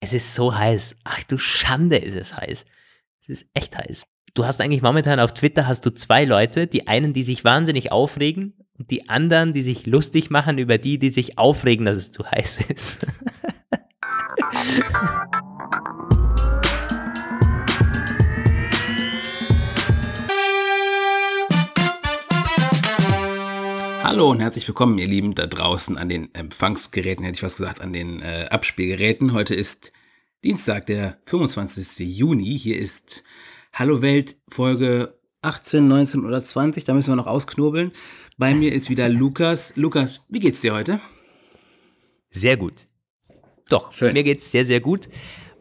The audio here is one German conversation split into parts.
Es ist so heiß. Ach du Schande, ist es heiß. Es ist echt heiß. Du hast eigentlich momentan auf Twitter hast du zwei Leute, die einen, die sich wahnsinnig aufregen und die anderen, die sich lustig machen über die, die sich aufregen, dass es zu heiß ist. Hallo und herzlich willkommen, ihr Lieben, da draußen an den Empfangsgeräten, hätte ich was gesagt, an den Abspielgeräten. Heute ist Dienstag, der 25. Juni. Hier ist Hallo Welt, Folge 18, 19 oder 20. Da müssen wir noch ausknobeln. Bei mir ist wieder Lukas. Lukas, wie geht's dir heute? Sehr gut. Doch, Schön. Mir geht's sehr, sehr gut.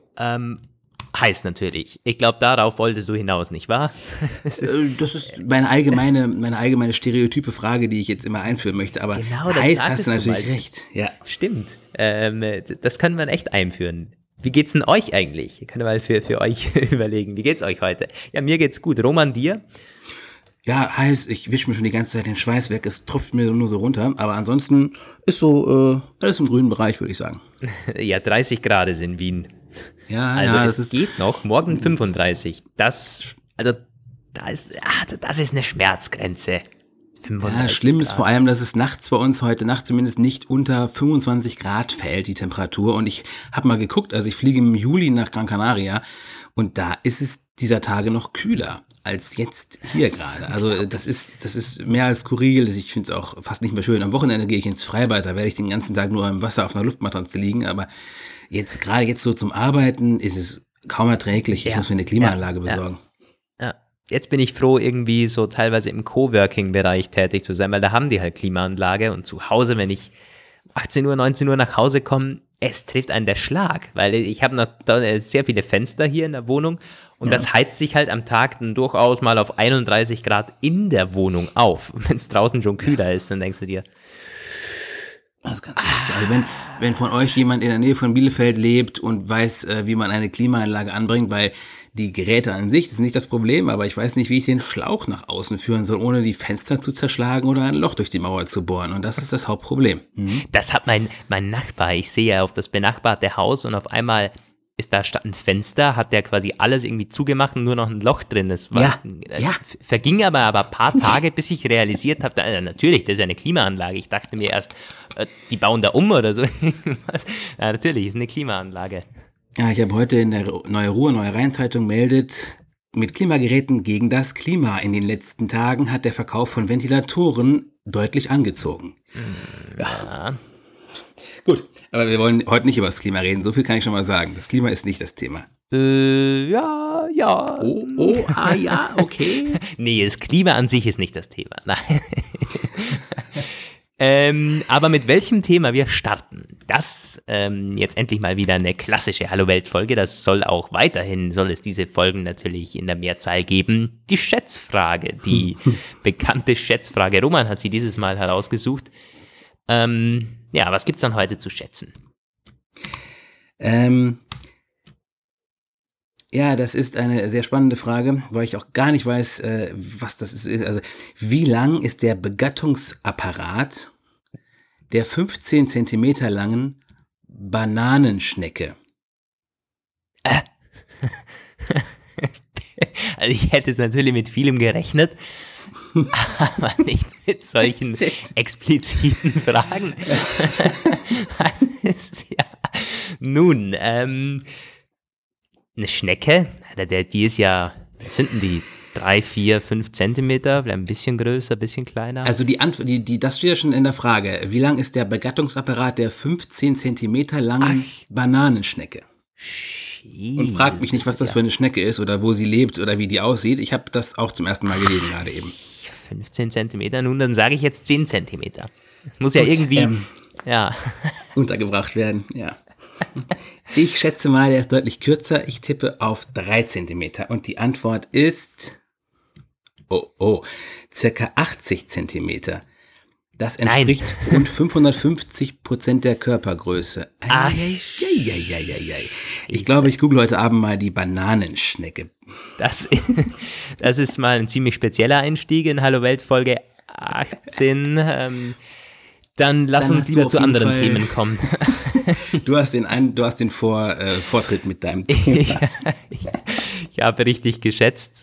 Heiß natürlich. Ich glaube, darauf wolltest du hinaus, nicht wahr? Das ist meine allgemeine stereotype Frage, die ich jetzt immer einführen möchte. Aber Genau, das heiß hast du sagtest natürlich mal. recht. Ja. Stimmt. Das kann man echt einführen. Wie geht's denn euch eigentlich? Ich kann mal für euch überlegen. Wie geht's euch heute? Ja, mir geht's gut. Roman, dir? Ja, heiß, ich wische mir schon die ganze Zeit den Schweiß weg, es tropft mir nur so runter, aber ansonsten ist so alles im grünen Bereich, würde ich sagen. Ja, 30 Grad ist in Wien. Ja, Also ja, es geht noch, morgen 35. Das ist eine Schmerzgrenze. 35 ja, schlimm ist Grad. vor allem, dass es nachts bei uns heute Nacht zumindest nicht unter 25 Grad fällt, die Temperatur. Und ich habe mal geguckt, also ich fliege im Juli nach Gran Canaria und da ist es dieser Tage noch kühler als jetzt hier gerade. Also das ist mehr als skurril. Ich finde es auch fast nicht mehr schön. Am Wochenende gehe ich ins Freibad, da werde ich den ganzen Tag nur im Wasser auf einer Luftmatratze liegen. Aber gerade jetzt so zum Arbeiten ist es kaum erträglich. Ich muss mir eine Klimaanlage besorgen. Ja. Jetzt bin ich froh, irgendwie so teilweise im Coworking-Bereich tätig zu sein, weil da haben die halt Klimaanlage und zu Hause, wenn ich 18 Uhr, 19 Uhr nach Hause komme, es trifft einen der Schlag, weil ich habe noch sehr viele Fenster hier in der Wohnung und das heizt sich halt am Tag dann durchaus mal auf 31 Grad in der Wohnung auf. Wenn es draußen schon kühler ist, dann denkst du dir, Das ist ganz also wenn von euch jemand in der Nähe von Bielefeld lebt und weiß, wie man eine Klimaanlage anbringt, weil die Geräte an sich, das ist nicht das Problem, aber ich weiß nicht, wie ich den Schlauch nach außen führen soll, ohne die Fenster zu zerschlagen oder ein Loch durch die Mauer zu bohren. Und das ist das Hauptproblem. das hat mein Nachbar, ich sehe ja auf das benachbarte Haus und auf einmal ist da statt ein Fenster, hat der quasi alles irgendwie zugemacht und nur noch ein Loch drin. Das war, Ja. Verging aber ein paar Tage, bis ich realisiert habe, natürlich, das ist ja eine Klimaanlage. Ich dachte mir erst, die bauen da um oder so. Ja, natürlich, ist eine Klimaanlage. Ja, ich habe heute in der Neue Rhein-Zeitung meldet, mit Klimageräten gegen das Klima. In den letzten Tagen hat der Verkauf von Ventilatoren deutlich angezogen. Ja. Gut, aber wir wollen heute nicht über das Klima reden. So viel kann ich schon mal sagen. Das Klima ist nicht das Thema. Ja. Ja, okay. Nee, das Klima an sich ist nicht das Thema. Nein. Aber mit welchem Thema wir starten, das jetzt endlich mal wieder eine klassische Hallo-Welt-Folge. Das soll es diese Folgen natürlich in der Mehrzahl geben. Die Schätzfrage, die bekannte Schätzfrage. Roman hat sie dieses Mal herausgesucht. Ja, was gibt's dann heute zu schätzen? Ja, das ist eine sehr spannende Frage, weil ich auch gar nicht weiß, was das ist. Also, wie lang ist der Begattungsapparat der 15 Zentimeter langen Bananenschnecke? Also ich hätte jetzt natürlich mit vielem gerechnet, aber nicht mit solchen expliziten Fragen. Nun, eine Schnecke, die ist ja, was sind denn die? 3, 4, 5 Zentimeter, vielleicht ein bisschen größer, ein bisschen kleiner. Also die Antwort, das steht ja schon in der Frage. Wie lang ist der Begattungsapparat der 15 Zentimeter langen Bananenschnecke? Und fragt mich nicht, was das für eine Schnecke ist oder wo sie lebt oder wie die aussieht. Ich habe das auch zum ersten Mal gelesen gerade eben. 15 Zentimeter, nun dann sage ich jetzt 10 Zentimeter. Muss ja irgendwie, untergebracht werden, ja. Ich schätze mal, der ist deutlich kürzer. Ich tippe auf 3 Zentimeter. Und die Antwort ist, circa 80 Zentimeter. Das entspricht rund 550% der Körpergröße. Ich glaube, ich google heute Abend mal die Bananenschnecke. Das ist mal ein ziemlich spezieller Einstieg in Hallo Welt Folge 18. Dann lass uns lieber zu anderen Themen kommen. Du hast den Vortritt mit deinem Thema. Ich habe richtig geschätzt.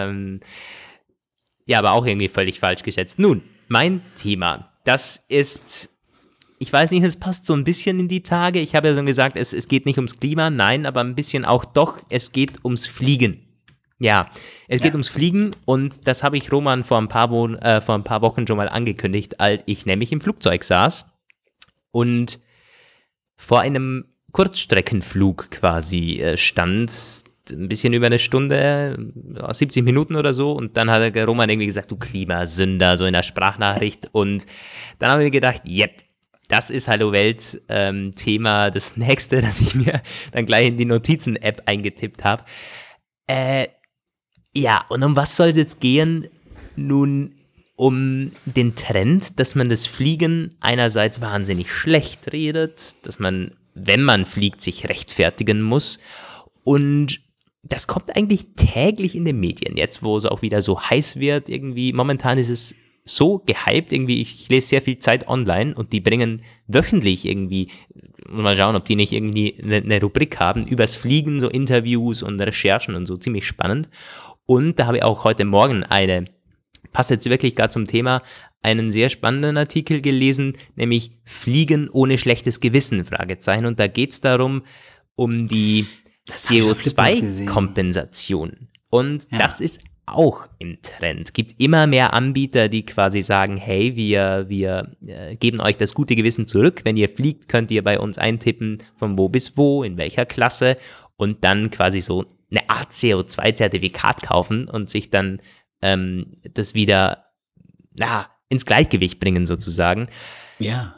Ja, aber auch irgendwie völlig falsch geschätzt. Nun, mein Thema, das ist, ich weiß nicht, es passt so ein bisschen in die Tage. Ich habe ja schon gesagt, es geht nicht ums Klima, nein, aber ein bisschen auch doch, es geht ums Fliegen. Ja, es geht ums Fliegen und das habe ich Roman vor ein paar Wochen schon mal angekündigt, als ich nämlich im Flugzeug saß und vor einem Kurzstreckenflug quasi stand, ein bisschen über eine Stunde, 70 Minuten oder so, und dann hat der Roman irgendwie gesagt, du Klimasünder, so in der Sprachnachricht, und dann haben wir gedacht, yep, das ist Hallo Welt Thema, das nächste, das ich mir dann gleich in die Notizen-App eingetippt habe. Ja, und um was soll es jetzt gehen? Nun, um den Trend, dass man das Fliegen einerseits wahnsinnig schlecht redet, dass man, wenn man fliegt, sich rechtfertigen muss, und das kommt eigentlich täglich in den Medien, jetzt wo es auch wieder so heiß wird irgendwie. Momentan ist es so gehypt irgendwie, ich lese sehr viel Zeit online und die bringen wöchentlich irgendwie, mal schauen, ob die nicht irgendwie eine Rubrik haben, übers Fliegen, so Interviews und Recherchen und so, ziemlich spannend. Und da habe ich auch heute Morgen passt jetzt wirklich gerade zum Thema, einen sehr spannenden Artikel gelesen, nämlich Fliegen ohne schlechtes Gewissen, Fragezeichen. Und da geht es darum, um die CO2-Kompensation. Und das ist auch im Trend. Gibt immer mehr Anbieter, die quasi sagen, hey, wir geben euch das gute Gewissen zurück. Wenn ihr fliegt, könnt ihr bei uns eintippen, von wo bis wo, in welcher Klasse, und dann quasi so eine Art CO2-Zertifikat kaufen und sich dann das wieder ins Gleichgewicht bringen sozusagen. Ja.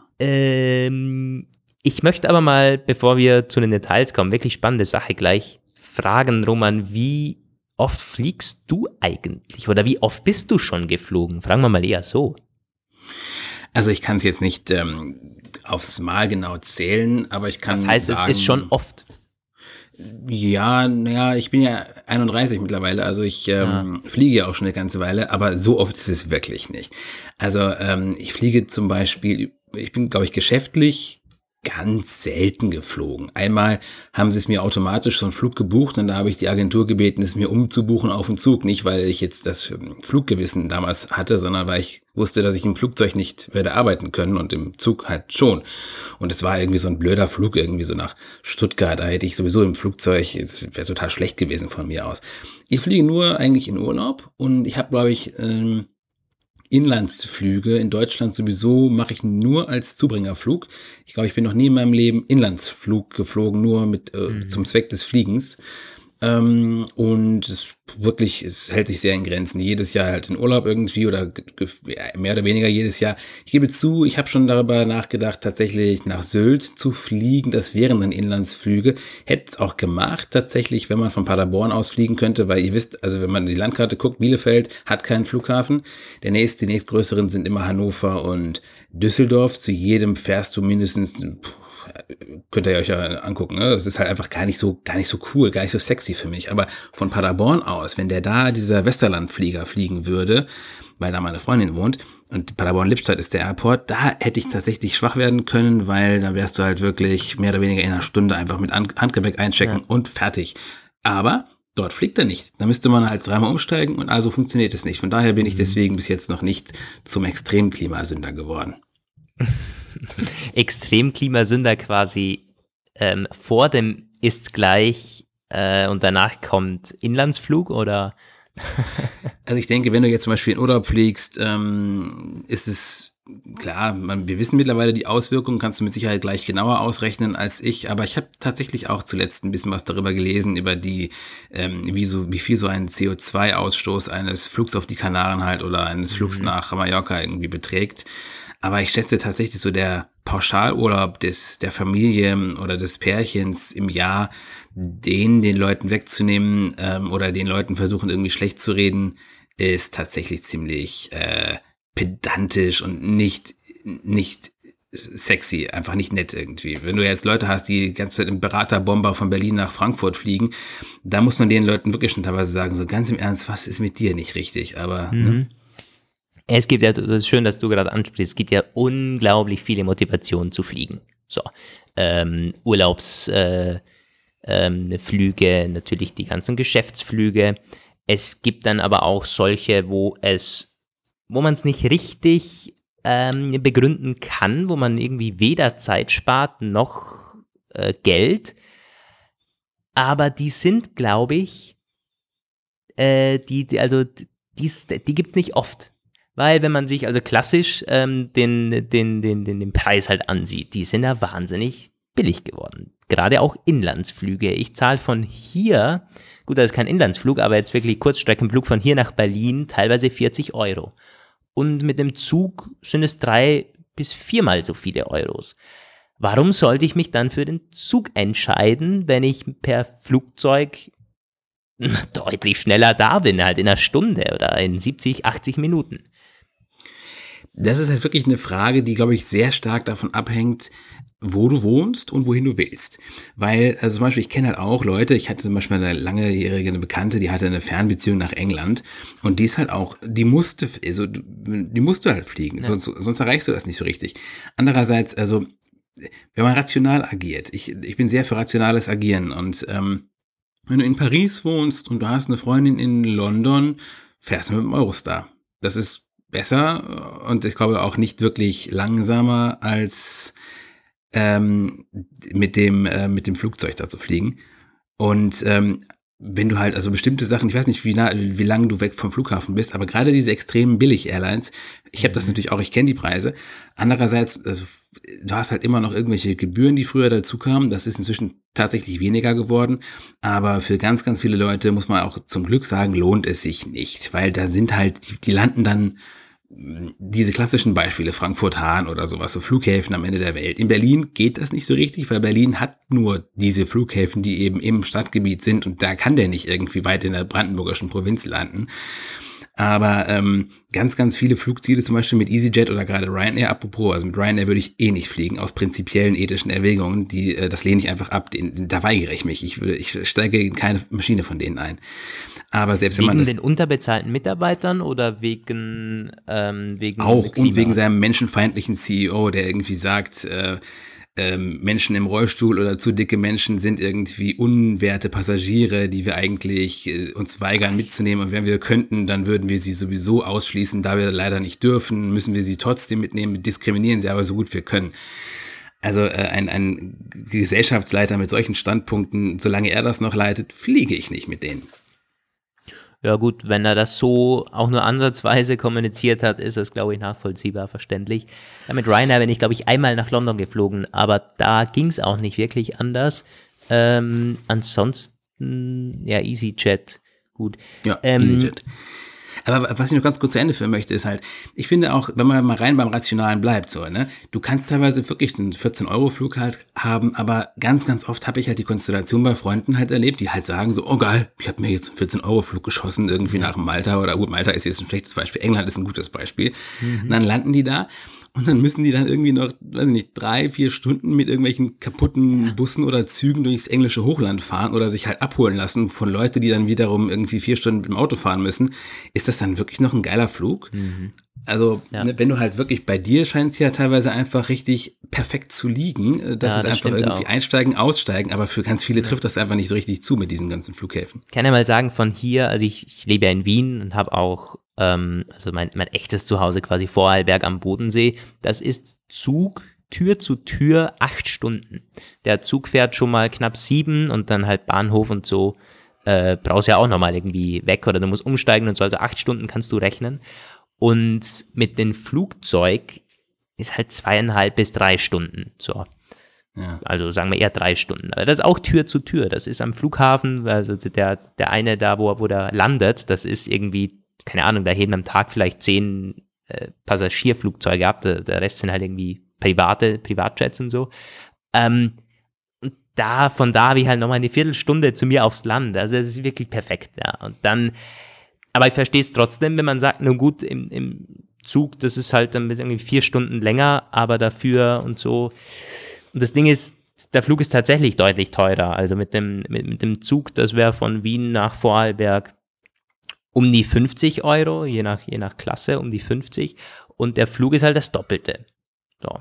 Ich möchte aber mal, bevor wir zu den Details kommen, wirklich spannende Sache gleich fragen, Roman, wie oft fliegst du eigentlich oder wie oft bist du schon geflogen? Fragen wir mal eher so. Also ich kann es jetzt nicht aufs Mal genau zählen, aber ich kann sagen... Das heißt, es ist schon oft. Ja, ich bin ja 31 mittlerweile, also ich fliege ja auch schon eine ganze Weile, aber so oft ist es wirklich nicht. Also ich fliege zum Beispiel, ich bin, glaube ich, geschäftlich ganz selten geflogen. Einmal haben sie es mir automatisch so einen Flug gebucht und da habe ich die Agentur gebeten, es mir umzubuchen auf den Zug. Nicht, weil ich jetzt das Fluggewissen damals hatte, sondern weil ich wusste, dass ich im Flugzeug nicht werde arbeiten können und im Zug halt schon. Und es war irgendwie so ein blöder Flug, irgendwie so nach Stuttgart. Da hätte ich sowieso im Flugzeug, es wäre total schlecht gewesen von mir aus. Ich fliege nur eigentlich in Urlaub und ich habe, glaube ich, Inlandsflüge. In Deutschland sowieso mache ich nur als Zubringerflug. Ich glaube, ich bin noch nie in meinem Leben Inlandsflug geflogen, nur mit zum Zweck des Fliegens. Und es hält sich sehr in Grenzen. Jedes Jahr halt in Urlaub irgendwie oder mehr oder weniger jedes Jahr. Ich gebe zu, ich habe schon darüber nachgedacht, tatsächlich nach Sylt zu fliegen. Das wären dann Inlandsflüge. Hätte es auch gemacht, tatsächlich, wenn man von Paderborn aus fliegen könnte, weil ihr wisst, also wenn man die Landkarte guckt, Bielefeld hat keinen Flughafen. Die nächstgrößeren sind immer Hannover und Düsseldorf. Zu jedem fährst du mindestens... Könnt ihr euch ja angucken, ne? Das ist halt einfach gar nicht so cool, gar nicht so sexy für mich. Aber von Paderborn aus, wenn dieser Westerlandflieger fliegen würde, weil da meine Freundin wohnt und Paderborn-Lippstadt ist der Airport, da hätte ich tatsächlich schwach werden können, weil dann wärst du halt wirklich mehr oder weniger in einer Stunde einfach mit Handgepäck einchecken und fertig. Aber dort fliegt er nicht. Da müsste man halt 3-mal umsteigen und also funktioniert es nicht. Von daher bin ich deswegen bis jetzt noch nicht zum Extremklimasünder geworden. Extremklimasünder quasi vor dem ist gleich und danach kommt Inlandsflug oder? Also ich denke, wenn du jetzt zum Beispiel in Urlaub fliegst, ist es klar, wir wissen mittlerweile die Auswirkungen, kannst du mit Sicherheit gleich genauer ausrechnen als ich, aber ich habe tatsächlich auch zuletzt ein bisschen was darüber gelesen, über die, wie viel so ein CO2-Ausstoß eines Flugs auf die Kanaren halt oder eines Flugs nach Mallorca irgendwie beträgt. Aber ich schätze tatsächlich so der Pauschalurlaub der Familie oder des Pärchens im Jahr, den Leuten wegzunehmen oder den Leuten versuchen irgendwie schlecht zu reden, ist tatsächlich ziemlich pedantisch und nicht sexy, einfach nicht nett irgendwie. Wenn du jetzt Leute hast, die ganze Zeit im Beraterbomber von Berlin nach Frankfurt fliegen, da muss man den Leuten wirklich schon teilweise sagen, so ganz im Ernst, was ist mit dir nicht richtig? Aber ne? Es gibt ja, das ist schön, dass du gerade ansprichst, es gibt ja unglaublich viele Motivationen zu fliegen. So, Urlaubsflüge, natürlich die ganzen Geschäftsflüge. Es gibt dann aber auch solche, wo man es nicht richtig begründen kann, wo man irgendwie weder Zeit spart noch Geld. Aber die sind, glaube ich, die gibt es nicht oft. Weil wenn man sich also klassisch den Preis halt ansieht, die sind ja wahnsinnig billig geworden. Gerade auch Inlandsflüge. Ich zahle von hier, gut, das ist kein Inlandsflug, aber jetzt wirklich Kurzstreckenflug von hier nach Berlin, teilweise 40 Euro. Und mit dem Zug sind es 3 bis 4-mal so viele Euros. Warum sollte ich mich dann für den Zug entscheiden, wenn ich per Flugzeug deutlich schneller da bin, halt in einer Stunde oder in 70, 80 Minuten? Das ist halt wirklich eine Frage, die, glaube ich, sehr stark davon abhängt, wo du wohnst und wohin du willst. Weil, also zum Beispiel, ich kenne halt auch Leute, ich hatte zum Beispiel eine langjährige Bekannte, die hatte eine Fernbeziehung nach England und die ist halt auch, die musste halt fliegen, ja. sonst erreichst du das nicht so richtig. Andererseits, also, wenn man rational agiert, ich bin sehr für rationales Agieren und wenn du in Paris wohnst und du hast eine Freundin in London, fährst du mit dem Eurostar. Das ist besser und ich glaube auch nicht wirklich langsamer als mit dem Flugzeug da zu fliegen. Und wenn du halt, also bestimmte Sachen, ich weiß nicht, wie lange du weg vom Flughafen bist, aber gerade diese extremen Billig-Airlines, ich habe das natürlich auch, ich kenne die Preise. Andererseits, also, du hast halt immer noch irgendwelche Gebühren, die früher dazu kamen. Das ist inzwischen tatsächlich weniger geworden. Aber für ganz, ganz viele Leute, muss man auch zum Glück sagen, lohnt es sich nicht. Weil da sind halt, die landen dann diese klassischen Beispiele, Frankfurt-Hahn oder sowas, so Flughäfen am Ende der Welt. In Berlin geht das nicht so richtig, weil Berlin hat nur diese Flughäfen, die eben im Stadtgebiet sind und da kann der nicht irgendwie weit in der brandenburgischen Provinz landen. Aber ganz, ganz viele Flugziele, zum Beispiel mit EasyJet oder gerade Ryanair, apropos, also mit Ryanair würde ich eh nicht fliegen, aus prinzipiellen ethischen Erwägungen, das lehne ich einfach ab, da weigere ich mich, ich steige in keine Maschine von denen ein. Aber selbst wenn man wegen den unterbezahlten Mitarbeitern oder wegen auch Klima? Und wegen seinem menschenfeindlichen CEO, der irgendwie sagt, Menschen im Rollstuhl oder zu dicke Menschen sind irgendwie unwerte Passagiere, die wir eigentlich uns weigern mitzunehmen. Und wenn wir könnten, dann würden wir sie sowieso ausschließen. Da wir leider nicht dürfen, müssen wir sie trotzdem mitnehmen, diskriminieren sie aber so gut wir können. Also ein Gesellschaftsleiter mit solchen Standpunkten, solange er das noch leitet, fliege ich nicht mit denen. Ja gut, wenn er das so auch nur ansatzweise kommuniziert hat, ist das, glaube ich, nachvollziehbar, verständlich. Ja, mit Ryanair bin ich, glaube ich, einmal nach London geflogen, aber da ging es auch nicht wirklich anders. Ansonsten, ja, EasyJet, gut. Ja, EasyJet. Aber was ich noch ganz kurz zu Ende führen möchte, ist halt, ich finde auch, wenn man mal rein beim Rationalen bleibt, so, ne, du kannst teilweise wirklich einen 14-Euro-Flug halt haben, aber ganz, ganz oft habe ich halt die Konstellation bei Freunden halt erlebt, die halt sagen so, oh geil, ich habe mir jetzt einen 14-Euro-Flug geschossen, irgendwie nach Malta oder gut, Malta ist jetzt ein schlechtes Beispiel, England ist ein gutes Beispiel. Und dann landen die da und dann müssen die dann irgendwie noch, weiß ich nicht, 3-4 Stunden mit irgendwelchen kaputten Bussen oder Zügen durchs englische Hochland fahren oder sich halt abholen lassen von Leuten, die dann wiederum irgendwie 4 Stunden mit dem Auto fahren müssen. Ist das dann wirklich noch ein geiler Flug? Also, wenn du halt wirklich, bei dir scheint es ja teilweise einfach richtig perfekt zu liegen. Das ist einfach irgendwie auch einsteigen, aussteigen, aber für ganz viele trifft das einfach nicht so richtig zu mit diesen ganzen Flughäfen. Ich kann ja mal sagen, von hier, also ich lebe ja in Wien und habe auch also mein echtes Zuhause quasi Vorarlberg am Bodensee, das ist Zug, Tür zu Tür 8 Stunden. Der Zug fährt schon mal knapp 7 und dann halt Bahnhof und so, brauchst ja auch nochmal irgendwie weg oder du musst umsteigen und so, also 8 Stunden kannst du rechnen. Und mit dem Flugzeug ist halt 2,5 bis 3 Stunden, so. Ja. Also sagen wir eher 3 Stunden. Aber das ist auch Tür zu Tür, das ist am Flughafen, also der eine da, wo der landet, das ist irgendwie, keine Ahnung, da heben am Tag vielleicht 10 Passagierflugzeuge ab, der Rest sind halt irgendwie Privatjets und so. Und von da habe ich halt nochmal eine Viertelstunde zu mir aufs Land, also es ist wirklich perfekt, ja. Und dann, aber ich verstehe es trotzdem, wenn man sagt, nun gut, im Zug, das ist halt dann irgendwie 4 Stunden länger, aber dafür und so. Und das Ding ist, der Flug ist tatsächlich deutlich teurer, also mit dem Zug, das wäre von Wien nach Vorarlberg um die 50 Euro, je nach Klasse, um die 50. Und der Flug ist halt das Doppelte. So.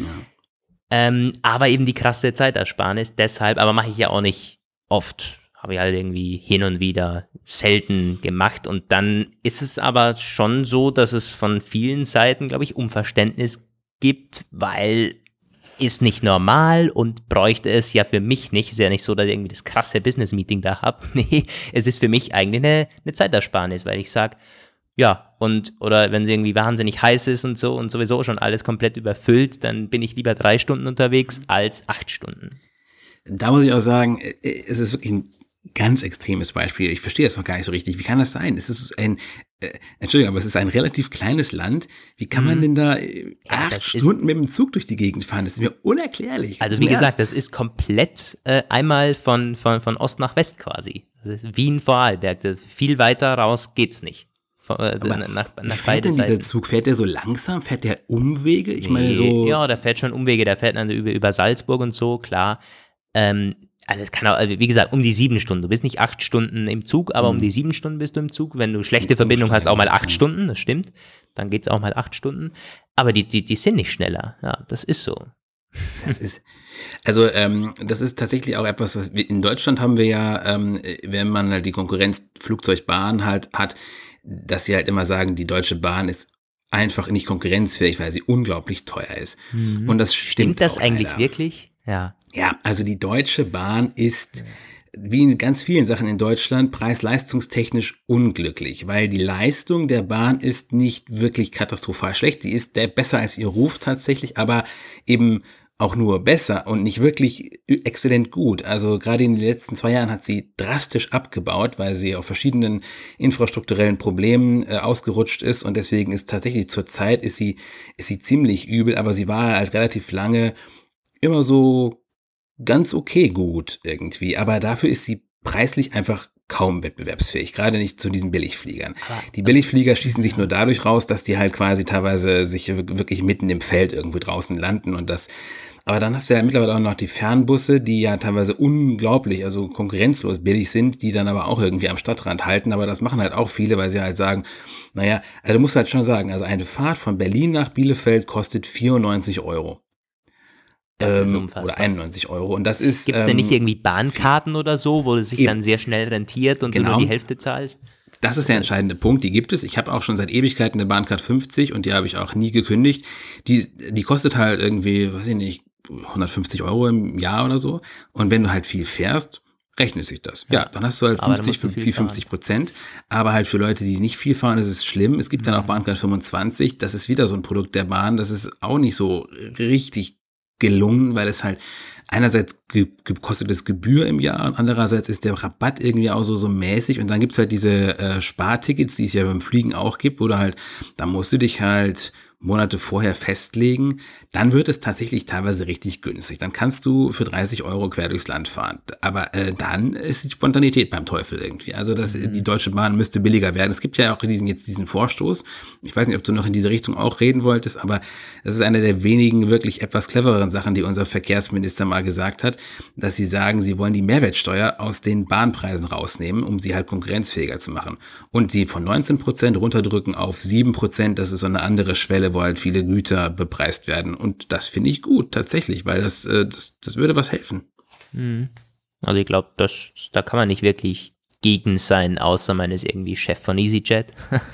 Ja. Aber eben die krasse Zeitersparnis, deshalb, aber mache ich ja auch nicht oft. Habe ich halt irgendwie hin und wieder selten gemacht. Und dann ist es aber schon so, dass es von vielen Seiten, glaube ich, Unverständnis gibt, weil ist nicht normal und bräuchte es ja für mich nicht. Ist ja nicht so, dass ich irgendwie das krasse Business-Meeting da habe. Nee, es ist für mich eigentlich eine Zeitersparnis, weil ich sage, ja, oder wenn es irgendwie wahnsinnig heiß ist und so und sowieso schon alles komplett überfüllt, dann bin ich lieber 3 Stunden unterwegs als 8 Stunden. Da muss ich auch sagen, es ist wirklich ein ganz extremes Beispiel. Ich verstehe das noch gar nicht so richtig. Wie kann das sein? Es ist Entschuldigung, aber es ist ein relativ kleines Land. Wie kann man denn da 8 Stunden mit dem Zug durch die Gegend fahren? Das ist mir unerklärlich. Also wie gesagt, das ist komplett einmal von Ost nach West quasi. Das ist Wien-Vorarlberg. Viel weiter raus geht's nicht. Nach wie fährt denn dieser Zug? Fährt der so langsam? Fährt der Umwege? Ich meine so. Ja, der fährt schon Umwege. Der fährt dann über Salzburg und so, klar. Also es kann auch, wie gesagt, um die 7 Stunden. Du bist nicht 8 Stunden im Zug, aber um die 7 Stunden bist du im Zug. Wenn du schlechte Verbindung hast, auch mal 8 Stunden, das stimmt. Dann geht's auch mal 8 Stunden. Aber die sind nicht schneller. Ja, das ist so. Das ist tatsächlich auch etwas, was wir in Deutschland haben wir ja, wenn man halt die Konkurrenz Flugzeugbahn halt hat, dass sie halt immer sagen, die Deutsche Bahn ist einfach nicht konkurrenzfähig, weil sie unglaublich teuer ist. Und das stimmt das auch eigentlich leider. Wirklich? Ja. Ja, also die Deutsche Bahn ist, wie in ganz vielen Sachen in Deutschland, preis-leistungstechnisch unglücklich, weil die Leistung der Bahn ist nicht wirklich katastrophal schlecht. Sie ist besser als ihr Ruf tatsächlich, aber eben auch nur besser und nicht wirklich exzellent gut. Also gerade in den letzten 2 Jahren hat sie drastisch abgebaut, weil sie auf verschiedenen infrastrukturellen Problemen ausgerutscht ist und deswegen ist tatsächlich zurzeit ist sie ziemlich übel, aber sie war halt relativ lange immer so ganz okay gut irgendwie, aber dafür ist sie preislich einfach kaum wettbewerbsfähig, gerade nicht zu diesen Billigfliegern. Die Billigflieger schießen sich nur dadurch raus, dass die halt quasi teilweise sich wirklich mitten im Feld irgendwo draußen landen und das, aber dann hast du ja mittlerweile auch noch die Fernbusse, die ja teilweise unglaublich, also konkurrenzlos billig sind, die dann aber auch irgendwie am Stadtrand halten, aber das machen halt auch viele, weil sie halt sagen, naja, also du musst halt schon sagen, also eine Fahrt von Berlin nach Bielefeld kostet 94 Euro. Das ist unfassbar. Oder 91 Euro. Und das ist. Gibt es denn nicht irgendwie Bahnkarten oder so, wo es sich dann sehr schnell rentiert und du nur die Hälfte zahlst? Das ist der entscheidende Punkt, die gibt es. Ich habe auch schon seit Ewigkeiten eine Bahncard 50 und die habe ich auch nie gekündigt. Die kostet halt irgendwie, weiß ich nicht, 150 Euro im Jahr oder so. Und wenn du halt viel fährst, rechnet sich das. Ja, dann hast du halt 50%. Aber halt für Leute, die nicht viel fahren, ist es schlimm. Es gibt dann auch Bahncard 25. Das ist wieder so ein Produkt der Bahn. Das ist auch nicht so richtig gelungen, weil es halt einerseits kostet es Gebühr im Jahr und andererseits ist der Rabatt irgendwie auch so mäßig und dann gibt's halt diese Spartickets, die es ja beim Fliegen auch gibt, wo du halt, da musst du dich halt Monate vorher festlegen, dann wird es tatsächlich teilweise richtig günstig. Dann kannst du für 30 Euro quer durchs Land fahren. Aber dann ist die Spontanität beim Teufel irgendwie. Also die Deutsche Bahn müsste billiger werden. Es gibt ja auch diesen Vorstoß. Ich weiß nicht, ob du noch in diese Richtung auch reden wolltest, aber das ist eine der wenigen wirklich etwas clevereren Sachen, die unser Verkehrsminister mal gesagt hat, dass sie sagen, sie wollen die Mehrwertsteuer aus den Bahnpreisen rausnehmen, um sie halt konkurrenzfähiger zu machen. Und sie von 19% runterdrücken auf 7%, das ist so eine andere Schwelle, wo halt viele Güter bepreist werden. Und das finde ich gut, tatsächlich, weil das würde was helfen. Also ich glaube, da kann man nicht wirklich gegen sein, außer man ist irgendwie Chef von EasyJet.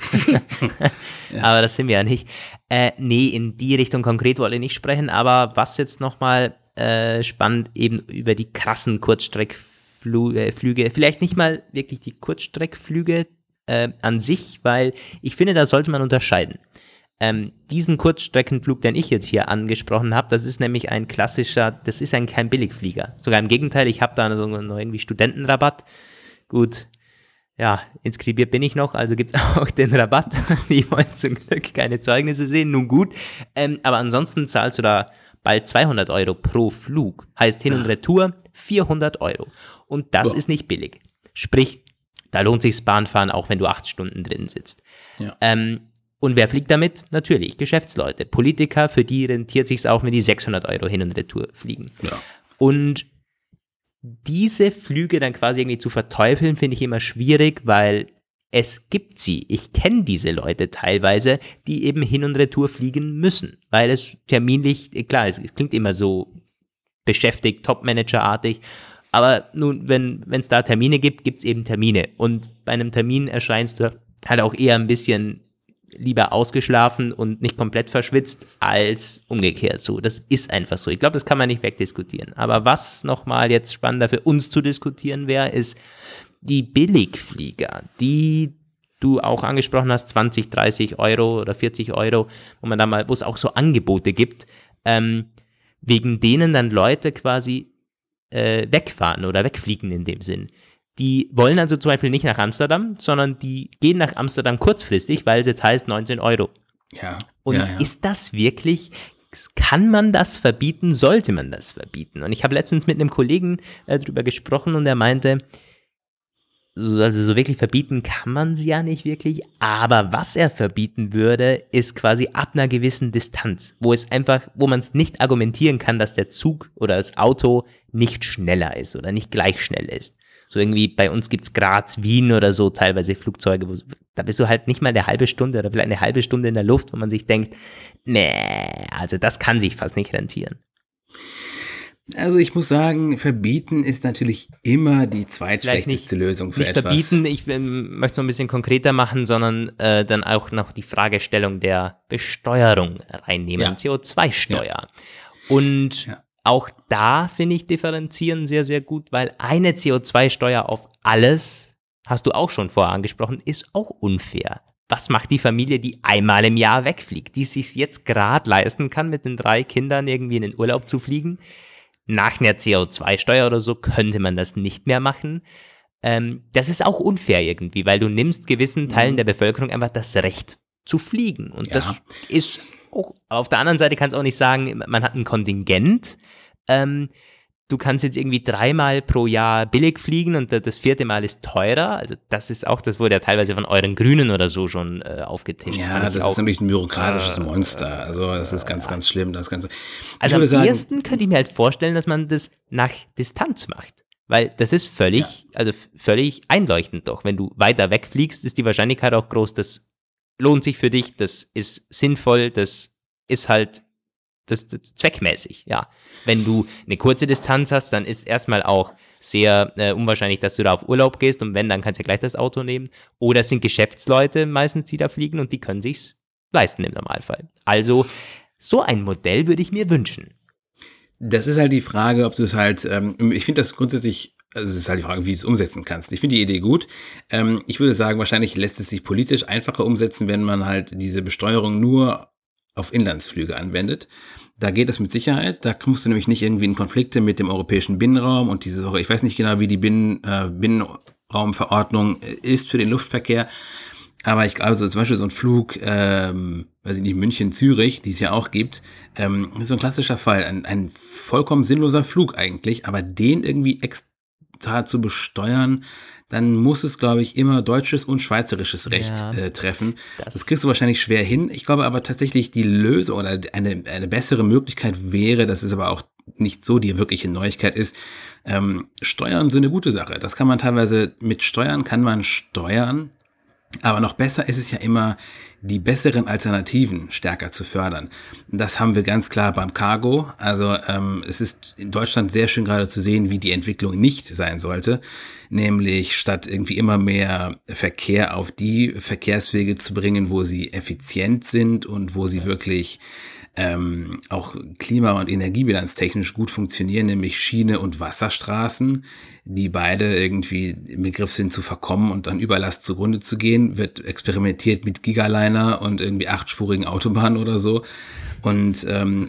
Ja. Aber das sind wir ja nicht. Nee, in die Richtung konkret wollte ich nicht sprechen, aber was jetzt nochmal spannend, eben über die krassen Kurzstreckflüge, vielleicht nicht mal wirklich die Kurzstreckflüge an sich, weil ich finde, da sollte man unterscheiden. Diesen Kurzstreckenflug, den ich jetzt hier angesprochen habe, das ist nämlich ein klassischer, das ist kein Billigflieger. Sogar im Gegenteil, ich habe da noch irgendwie Studentenrabatt. Gut, ja, inskribiert bin ich noch, also gibt es auch den Rabatt. Die wollen zum Glück keine Zeugnisse sehen, nun gut. Aber ansonsten zahlst du da bald 200 Euro pro Flug. Heißt Hin- und Retour 400 Euro. Und das ist nicht billig. Sprich, da lohnt sich's Bahnfahren, auch wenn du 8 Stunden drin sitzt. Ja. Und wer fliegt damit? Natürlich Geschäftsleute. Politiker, für die rentiert sich's auch, wenn die 600 Euro Hin- und Retour fliegen. Ja. Und diese Flüge dann quasi irgendwie zu verteufeln, finde ich immer schwierig, weil es gibt sie. Ich kenne diese Leute teilweise, die eben Hin- und Retour fliegen müssen, weil es terminlich, klar, es klingt immer so beschäftigt, Top-Manager-artig, aber nun, wenn es da Termine gibt, gibt es eben Termine. Und bei einem Termin erscheinst du halt auch eher ein bisschen lieber ausgeschlafen und nicht komplett verschwitzt als umgekehrt so. Das ist einfach so. Ich glaube, das kann man nicht wegdiskutieren. Aber was nochmal jetzt spannender für uns zu diskutieren wäre, ist die Billigflieger, die du auch angesprochen hast, 20, 30 Euro oder 40 Euro, wo es auch so Angebote gibt, wegen denen dann Leute quasi wegfahren oder wegfliegen in dem Sinn. Die wollen also zum Beispiel nicht nach Amsterdam, sondern die gehen nach Amsterdam kurzfristig, weil es jetzt heißt 19 Euro. Ja. Und ist das wirklich, kann man das verbieten, sollte man das verbieten? Und ich habe letztens mit einem Kollegen drüber gesprochen und er meinte, also so wirklich verbieten kann man sie ja nicht wirklich, aber was er verbieten würde, ist quasi ab einer gewissen Distanz, wo man es nicht argumentieren kann, dass der Zug oder das Auto nicht schneller ist oder nicht gleich schnell ist. So irgendwie, bei uns gibt's Graz, Wien oder so, teilweise Flugzeuge, da bist du halt nicht mal eine halbe Stunde oder vielleicht eine halbe Stunde in der Luft, wo man sich denkt, nee, also das kann sich fast nicht rentieren. Also ich muss sagen, verbieten ist natürlich immer die zweitschlechteste Lösung für etwas. Nicht verbieten, ich möchte es noch ein bisschen konkreter machen, sondern dann auch noch die Fragestellung der Besteuerung reinnehmen, CO2-Steuer. Ja. Und auch da finde ich differenzieren sehr, sehr gut, weil eine CO2-Steuer auf alles, hast du auch schon vorher angesprochen, ist auch unfair. Was macht die Familie, die einmal im Jahr wegfliegt, die es sich jetzt gerade leisten kann, mit den 3 Kindern irgendwie in den Urlaub zu fliegen? Nach einer CO2-Steuer oder so könnte man das nicht mehr machen. Das ist auch unfair irgendwie, weil du nimmst gewissen Teilen der Bevölkerung einfach das Recht zu fliegen. Und das ist auch, auf der anderen Seite kannst du auch nicht sagen, man hat ein Kontingent. Du kannst jetzt irgendwie 3-mal pro Jahr billig fliegen und das 4. Mal ist teurer. Also das wurde ja teilweise von euren Grünen oder so schon aufgetischt. Ja, das ist nämlich ein bürokratisches Monster. Also das ist ganz, ganz schlimm. Das Ganze. Also am ehesten könnte ich mir halt vorstellen, dass man das nach Distanz macht. Weil das ist völlig einleuchtend doch. Wenn du weiter wegfliegst, ist die Wahrscheinlichkeit auch groß, das lohnt sich für dich, das ist sinnvoll, das ist halt das zweckmäßig, ja. Wenn du eine kurze Distanz hast, dann ist erstmal auch sehr unwahrscheinlich, dass du da auf Urlaub gehst und wenn, dann kannst du ja gleich das Auto nehmen. Oder es sind Geschäftsleute meistens, die da fliegen und die können sich's leisten im Normalfall. Also so ein Modell würde ich mir wünschen. Das ist halt die Frage, ob du es halt, ich finde das grundsätzlich, also es ist halt die Frage, wie du es umsetzen kannst. Ich finde die Idee gut. Ich würde sagen, wahrscheinlich lässt es sich politisch einfacher umsetzen, wenn man halt diese Besteuerung nur auf Inlandsflüge anwendet. Da geht es mit Sicherheit. Da kommst du nämlich nicht irgendwie in Konflikte mit dem europäischen Binnenraum und diese Sache. Ich weiß nicht genau, wie die Binnenraumverordnung ist für den Luftverkehr. Aber ich glaube, so zum Beispiel so ein Flug, weiß ich nicht, München-Zürich, die es ja auch gibt, ist so ein klassischer Fall. Ein vollkommen sinnloser Flug eigentlich, aber den irgendwie extra zu besteuern, dann muss es, glaube ich, immer deutsches und schweizerisches Recht treffen. Das kriegst du wahrscheinlich schwer hin. Ich glaube aber tatsächlich, die Lösung oder eine bessere Möglichkeit wäre, das ist aber auch nicht so die wirkliche Neuigkeit ist, Steuern sind eine gute Sache. Das kann man teilweise, mit Steuern kann man steuern, aber noch besser ist es ja immer, die besseren Alternativen stärker zu fördern. Das haben wir ganz klar beim Cargo. Also es ist in Deutschland sehr schön gerade zu sehen, wie die Entwicklung nicht sein sollte. Nämlich statt irgendwie immer mehr Verkehr auf die Verkehrswege zu bringen, wo sie effizient sind und wo sie wirklich auch klima- und energiebilanztechnisch gut funktionieren, nämlich Schiene und Wasserstraßen, die beide irgendwie im Begriff sind zu verkommen und an Überlast zugrunde zu gehen, wird experimentiert mit Gigaliner und irgendwie 8-spurigen Autobahnen oder so. Und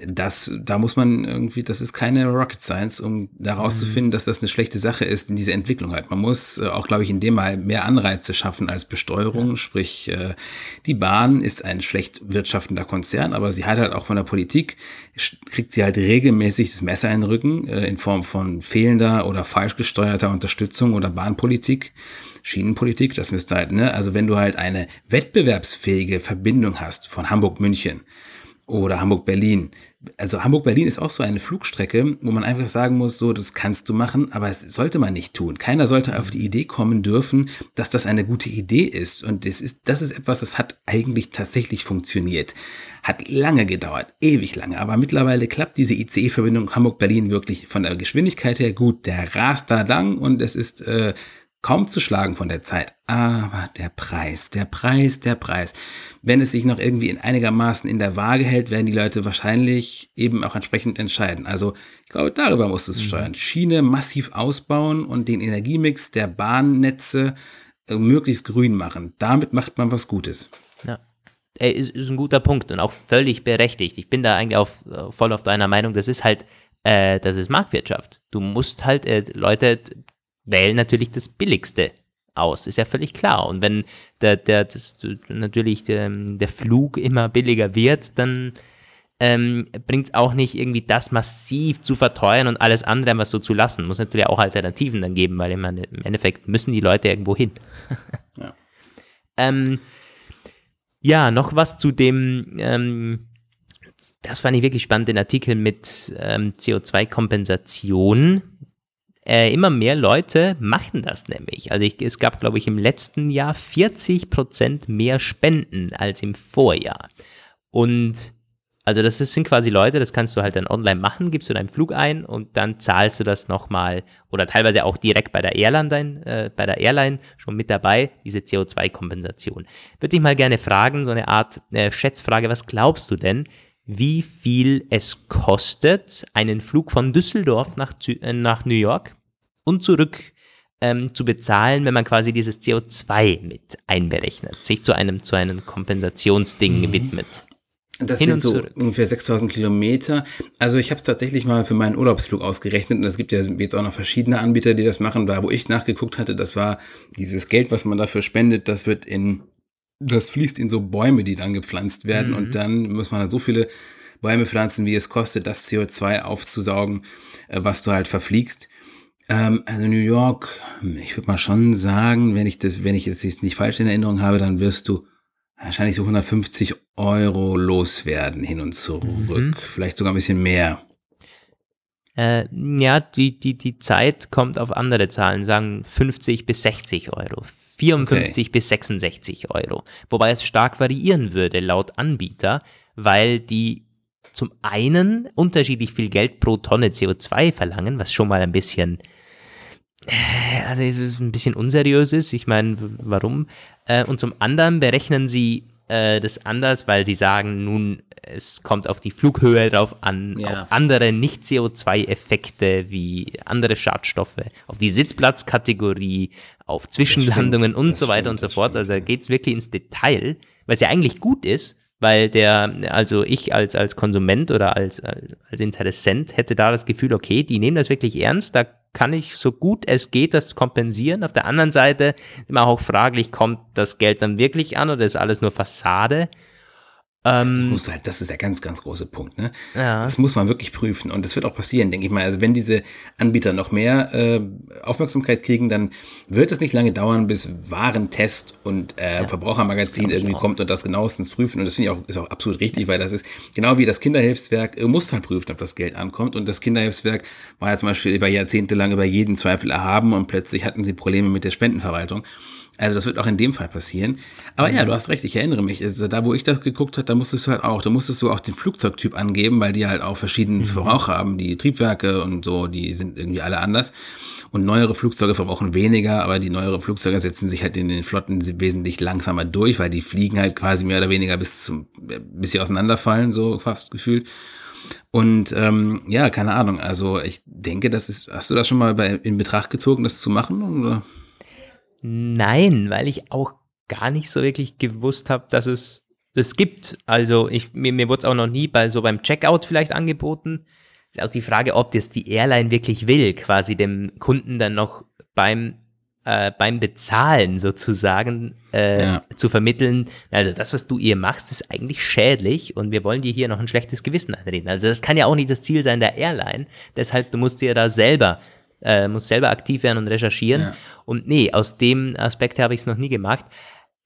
da muss man irgendwie, das ist keine Rocket Science, um da rauszufinden, dass das eine schlechte Sache ist in dieser Entwicklung halt. Man muss auch, glaube ich, in dem Mal mehr Anreize schaffen als Besteuerung. Sprich, die Bahn ist ein schlecht wirtschaftender Konzern, aber sie hat halt auch von der Politik, kriegt sie halt regelmäßig das Messer in den Rücken in Form von fehlender oder falsch gesteuerter Unterstützung oder Bahnpolitik. Schienenpolitik, das müsste halt, also wenn du halt eine wettbewerbsfähige Verbindung hast von Hamburg-München oder Hamburg-Berlin, also Hamburg-Berlin ist auch so eine Flugstrecke, wo man einfach sagen muss, so, das kannst du machen, aber das sollte man nicht tun. Keiner sollte auf die Idee kommen dürfen, dass das eine gute Idee ist. Und das ist etwas, das hat eigentlich tatsächlich funktioniert. Hat lange gedauert, ewig lange, aber mittlerweile klappt diese ICE-Verbindung Hamburg-Berlin wirklich von der Geschwindigkeit her gut. Der rast da lang und es ist kaum zu schlagen von der Zeit. Aber der Preis. Wenn es sich noch irgendwie einigermaßen in der Waage hält, werden die Leute wahrscheinlich eben auch entsprechend entscheiden. Also ich glaube, darüber muss es steuern. Schiene massiv ausbauen und den Energiemix der Bahnnetze möglichst grün machen. Damit macht man was Gutes. Ja. Ist ein guter Punkt und auch völlig berechtigt. Ich bin da eigentlich voll auf deiner Meinung. Das ist halt, das ist Marktwirtschaft. Du musst halt, Leute wählen natürlich das Billigste aus, ist ja völlig klar. Und wenn der Flug immer billiger wird, dann bringt es auch nicht irgendwie das massiv zu verteuern und alles andere einfach so zu lassen. Muss natürlich auch Alternativen dann geben, weil im Endeffekt müssen die Leute irgendwo hin. Ja. Noch was zu dem, das fand ich wirklich spannend, den Artikel mit CO2-Kompensation. Immer mehr Leute machen das nämlich. Also es gab, glaube ich, im letzten Jahr 40% mehr Spenden als im Vorjahr. Und also sind quasi Leute, das kannst du halt dann online machen, gibst du deinen Flug ein und dann zahlst du das nochmal oder teilweise auch direkt bei der Airline schon mit dabei, diese CO2-Kompensation. Würde ich mal gerne fragen, so eine Art Schätzfrage, was glaubst du denn, wie viel es kostet, einen Flug von Düsseldorf nach New York und zurück zu bezahlen, wenn man quasi dieses CO2 mit einberechnet, sich zu einem Kompensationsding widmet? Das sind so ungefähr 6.000 Kilometer. Also ich habe es tatsächlich mal für meinen Urlaubsflug ausgerechnet und es gibt ja jetzt auch noch verschiedene Anbieter, die das machen. Da, wo ich nachgeguckt hatte, das war dieses Geld, was man dafür spendet, das fließt in so Bäume, die dann gepflanzt werden und dann muss man dann so viele Bäume pflanzen, wie es kostet, das CO2 aufzusaugen, was du halt verfliegst. Also New York, ich würde mal schon sagen, wenn ich jetzt nicht falsch in Erinnerung habe, dann wirst du wahrscheinlich so 150 € loswerden hin und zurück. Vielleicht sogar ein bisschen mehr. Ja, die Zeit kommt auf andere Zahlen, sagen 50 bis 60 €. 54 bis 66 €. Wobei es stark variieren würde laut Anbieter, weil die zum einen unterschiedlich viel Geld pro Tonne CO2 verlangen, was schon mal ein bisschen unseriös ist. Ich meine, warum? Und zum anderen berechnen sie das anders, weil sie sagen, nun, es kommt auf die Flughöhe drauf an, auf andere Nicht-CO2-Effekte wie andere Schadstoffe, auf die Sitzplatzkategorie, auf Zwischenlandungen und so weiter und so fort. Also da geht es wirklich ins Detail, was ja eigentlich gut ist, weil ich als Konsument oder als Interessent hätte da das Gefühl, okay, die nehmen das wirklich ernst, da kann ich so gut es geht das kompensieren. Auf der anderen Seite ist immer auch fraglich, kommt das Geld dann wirklich an oder ist alles nur Fassade? Das ist der ganz, ganz große Punkt, ne? Ja. Das muss man wirklich prüfen und das wird auch passieren, denke ich mal. Also wenn diese Anbieter noch mehr Aufmerksamkeit kriegen, dann wird es nicht lange dauern, bis Warentest und Verbrauchermagazin irgendwie kommt und das genauestens prüfen. Und das finde ich ist auch absolut richtig, weil das ist genau wie das Kinderhilfswerk muss halt prüfen, ob das Geld ankommt. Und das Kinderhilfswerk war ja zum Beispiel über Jahrzehnte lang über jeden Zweifel erhaben und plötzlich hatten sie Probleme mit der Spendenverwaltung. Also das wird auch in dem Fall passieren. Aber ja, du hast recht, ich erinnere mich. Also da, wo ich das geguckt habe, da musstest du auch den Flugzeugtyp angeben, weil die halt auch verschiedene Verbrauch haben. Die Triebwerke und so, die sind irgendwie alle anders. Und neuere Flugzeuge verbrauchen weniger, aber die neueren Flugzeuge setzen sich halt in den Flotten wesentlich langsamer durch, weil die fliegen halt quasi mehr oder weniger bis sie auseinanderfallen, so fast gefühlt. Und keine Ahnung, also ich denke, hast du das schon mal in Betracht gezogen, das zu machen, oder? Nein, weil ich auch gar nicht so wirklich gewusst habe, dass es das gibt. Also mir wurde es auch noch nie beim Checkout vielleicht angeboten. Ist auch die Frage, ob das die Airline wirklich will, quasi dem Kunden dann noch beim Bezahlen sozusagen zu vermitteln. Also das, was du ihr machst, ist eigentlich schädlich und wir wollen dir hier noch ein schlechtes Gewissen einreden. Also das kann ja auch nicht das Ziel sein der Airline. Deshalb, du musst dir da selber aktiv werden und recherchieren. Ja. Und nee, aus dem Aspekt habe ich es noch nie gemacht.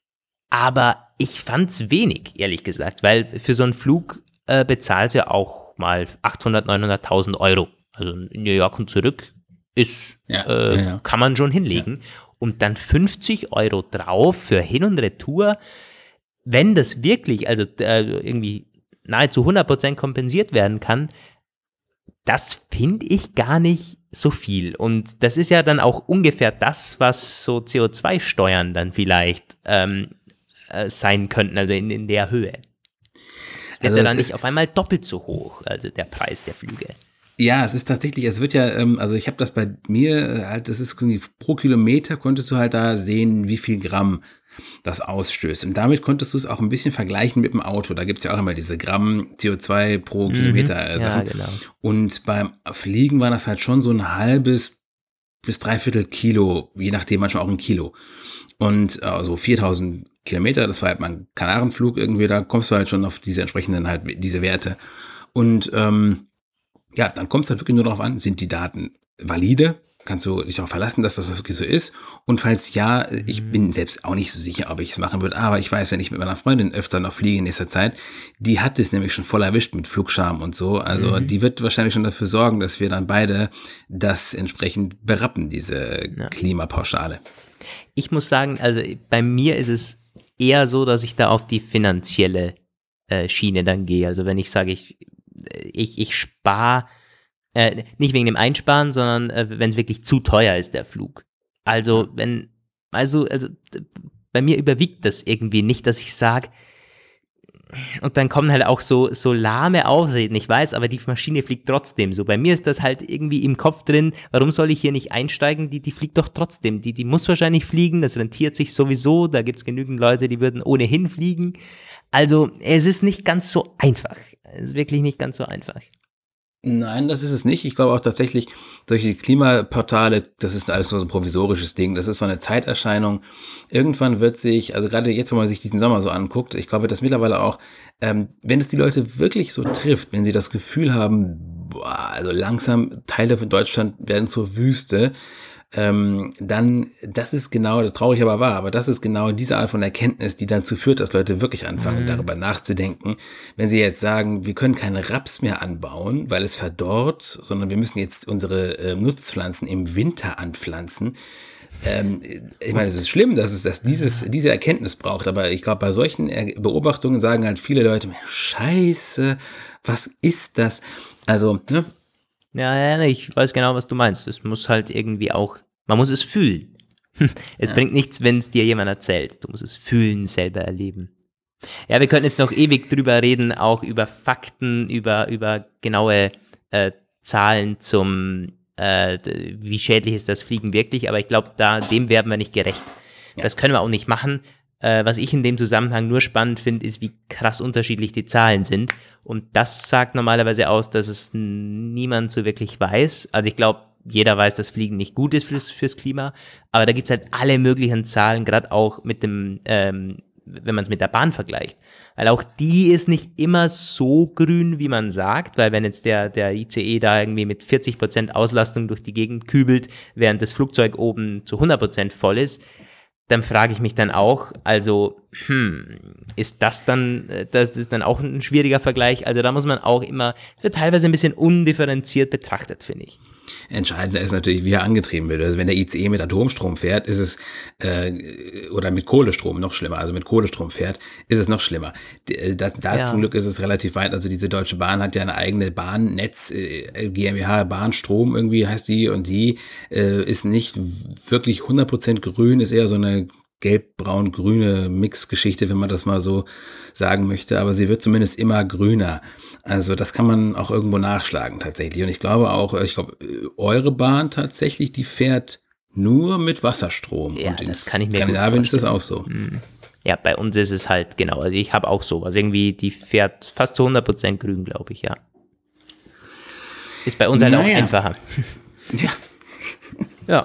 Aber ich fand es wenig, ehrlich gesagt, weil für so einen Flug bezahlst du ja auch mal 800, 900.000 Euro. Also in New York und zurück kann man schon hinlegen. Ja. Und dann 50 Euro drauf für Hin- und Retour, wenn das wirklich, also irgendwie nahezu 100% kompensiert werden kann, das finde ich gar nicht so viel. Und das ist ja dann auch ungefähr das, was so CO2-Steuern dann vielleicht sein könnten, also in der Höhe. Ist ja dann nicht auf einmal doppelt so hoch, also der Preis der Flüge. Ja, es ist tatsächlich, es wird ja, also ich habe das bei mir halt, das ist irgendwie pro Kilometer konntest du halt da sehen, wie viel Gramm das ausstößt. Und damit konntest du es auch ein bisschen vergleichen mit dem Auto. Da gibt's ja auch immer diese Gramm CO2 pro Kilometer Sachen. Ja, genau. Und beim Fliegen war das halt schon so ein halbes bis 3/4 Kilo, je nachdem manchmal auch ein Kilo. Und so 4.000 Kilometer, das war halt mal ein Kanarenflug irgendwie, da kommst du halt schon auf diese entsprechenden halt, diese Werte. Und ja, dann kommt es halt wirklich nur darauf an, sind die Daten valide? Kannst du dich darauf verlassen, dass das wirklich so ist? Und falls ja, ich bin selbst auch nicht so sicher, ob ich es machen würde, aber ich weiß, wenn ich mit meiner Freundin öfter noch fliege in nächster Zeit, die hat es nämlich schon voll erwischt mit Flugscham und so. Also die wird wahrscheinlich schon dafür sorgen, dass wir dann beide das entsprechend berappen, diese Klimapauschale. Ich muss sagen, also bei mir ist es eher so, dass ich da auf die finanzielle Schiene dann gehe. Also wenn ich sage, ich spare, nicht wegen dem Einsparen, sondern wenn es wirklich zu teuer ist, der Flug. Also bei mir überwiegt das irgendwie nicht, dass ich sage, und dann kommen halt auch so lahme Ausreden, ich weiß, aber die Maschine fliegt trotzdem so. Bei mir ist das halt irgendwie im Kopf drin, warum soll ich hier nicht einsteigen? Die fliegt doch trotzdem. Die muss wahrscheinlich fliegen, das rentiert sich sowieso, da gibt es genügend Leute, die würden ohnehin fliegen. Also es ist nicht ganz so einfach. Es ist wirklich nicht ganz so einfach. Nein, das ist es nicht. Ich glaube auch tatsächlich, solche Klimaportale, das ist alles nur so ein provisorisches Ding. Das ist so eine Zeiterscheinung. Irgendwann wird sich, also gerade jetzt, wo man sich diesen Sommer so anguckt, ich glaube, dass mittlerweile auch, wenn es die Leute wirklich so trifft, wenn sie das Gefühl haben, boah, also langsam Teile von Deutschland werden zur Wüste, dann, das ist genau, das traurig aber wahr, aber das ist genau diese Art von Erkenntnis, die dazu führt, dass Leute wirklich anfangen, darüber nachzudenken. Wenn sie jetzt sagen, wir können keinen Raps mehr anbauen, weil es verdorrt, sondern wir müssen jetzt unsere Nutzpflanzen im Winter anpflanzen. Ich meine, es ist schlimm, dass es diese Erkenntnis braucht, aber ich glaube, bei solchen Beobachtungen sagen halt viele Leute, Scheiße, was ist das? Also, ne? Ja, ich weiß genau, was du meinst. Es muss halt irgendwie auch, man muss es fühlen. Es bringt nichts, wenn es dir jemand erzählt. Du musst es fühlen, selber erleben. Ja, wir könnten jetzt noch ewig drüber reden, auch über Fakten, über genaue Zahlen zum, wie schädlich ist das Fliegen wirklich, aber ich glaube, dem werden wir nicht gerecht. Ja. Das können wir auch nicht machen. Was ich in dem Zusammenhang nur spannend finde, ist, wie krass unterschiedlich die Zahlen sind. Und das sagt normalerweise aus, dass es niemand so wirklich weiß. Also ich glaube, jeder weiß, dass Fliegen nicht gut ist fürs Klima. Aber da gibt's halt alle möglichen Zahlen, gerade auch mit dem, wenn man es mit der Bahn vergleicht. Weil auch die ist nicht immer so grün, wie man sagt. Weil wenn jetzt der ICE da irgendwie mit 40% Auslastung durch die Gegend kübelt, während das Flugzeug oben zu 100% voll ist, dann frage ich mich dann auch, also, ist das ist dann auch ein schwieriger Vergleich? Also da muss man auch immer, wird teilweise ein bisschen undifferenziert betrachtet, finde ich. Entscheidender ist natürlich, wie er angetrieben wird. Also wenn der ICE mit Atomstrom fährt, ist es, oder mit Kohlestrom noch schlimmer, also mit Kohlestrom fährt, ist es noch schlimmer. Zum Glück ist es relativ weit, also diese Deutsche Bahn hat ja eine eigene Bahnnetz, GmbH, Bahnstrom irgendwie heißt die, und die ist nicht wirklich 100% grün, ist eher so eine gelb-braun-grüne Mixgeschichte, wenn man das mal so sagen möchte, aber sie wird zumindest immer grüner. Also das kann man auch irgendwo nachschlagen tatsächlich. Und ich glaube, eure Bahn tatsächlich, die fährt nur mit Wasserstrom. Ja, und in das kann ich mir Skandinavien ist das auch so. Ja, bei uns ist es halt genau. Also ich habe auch sowas. Irgendwie, die fährt fast zu 100% grün, glaube ich, ja. Ist bei uns halt auch einfacher. Ja. Ja.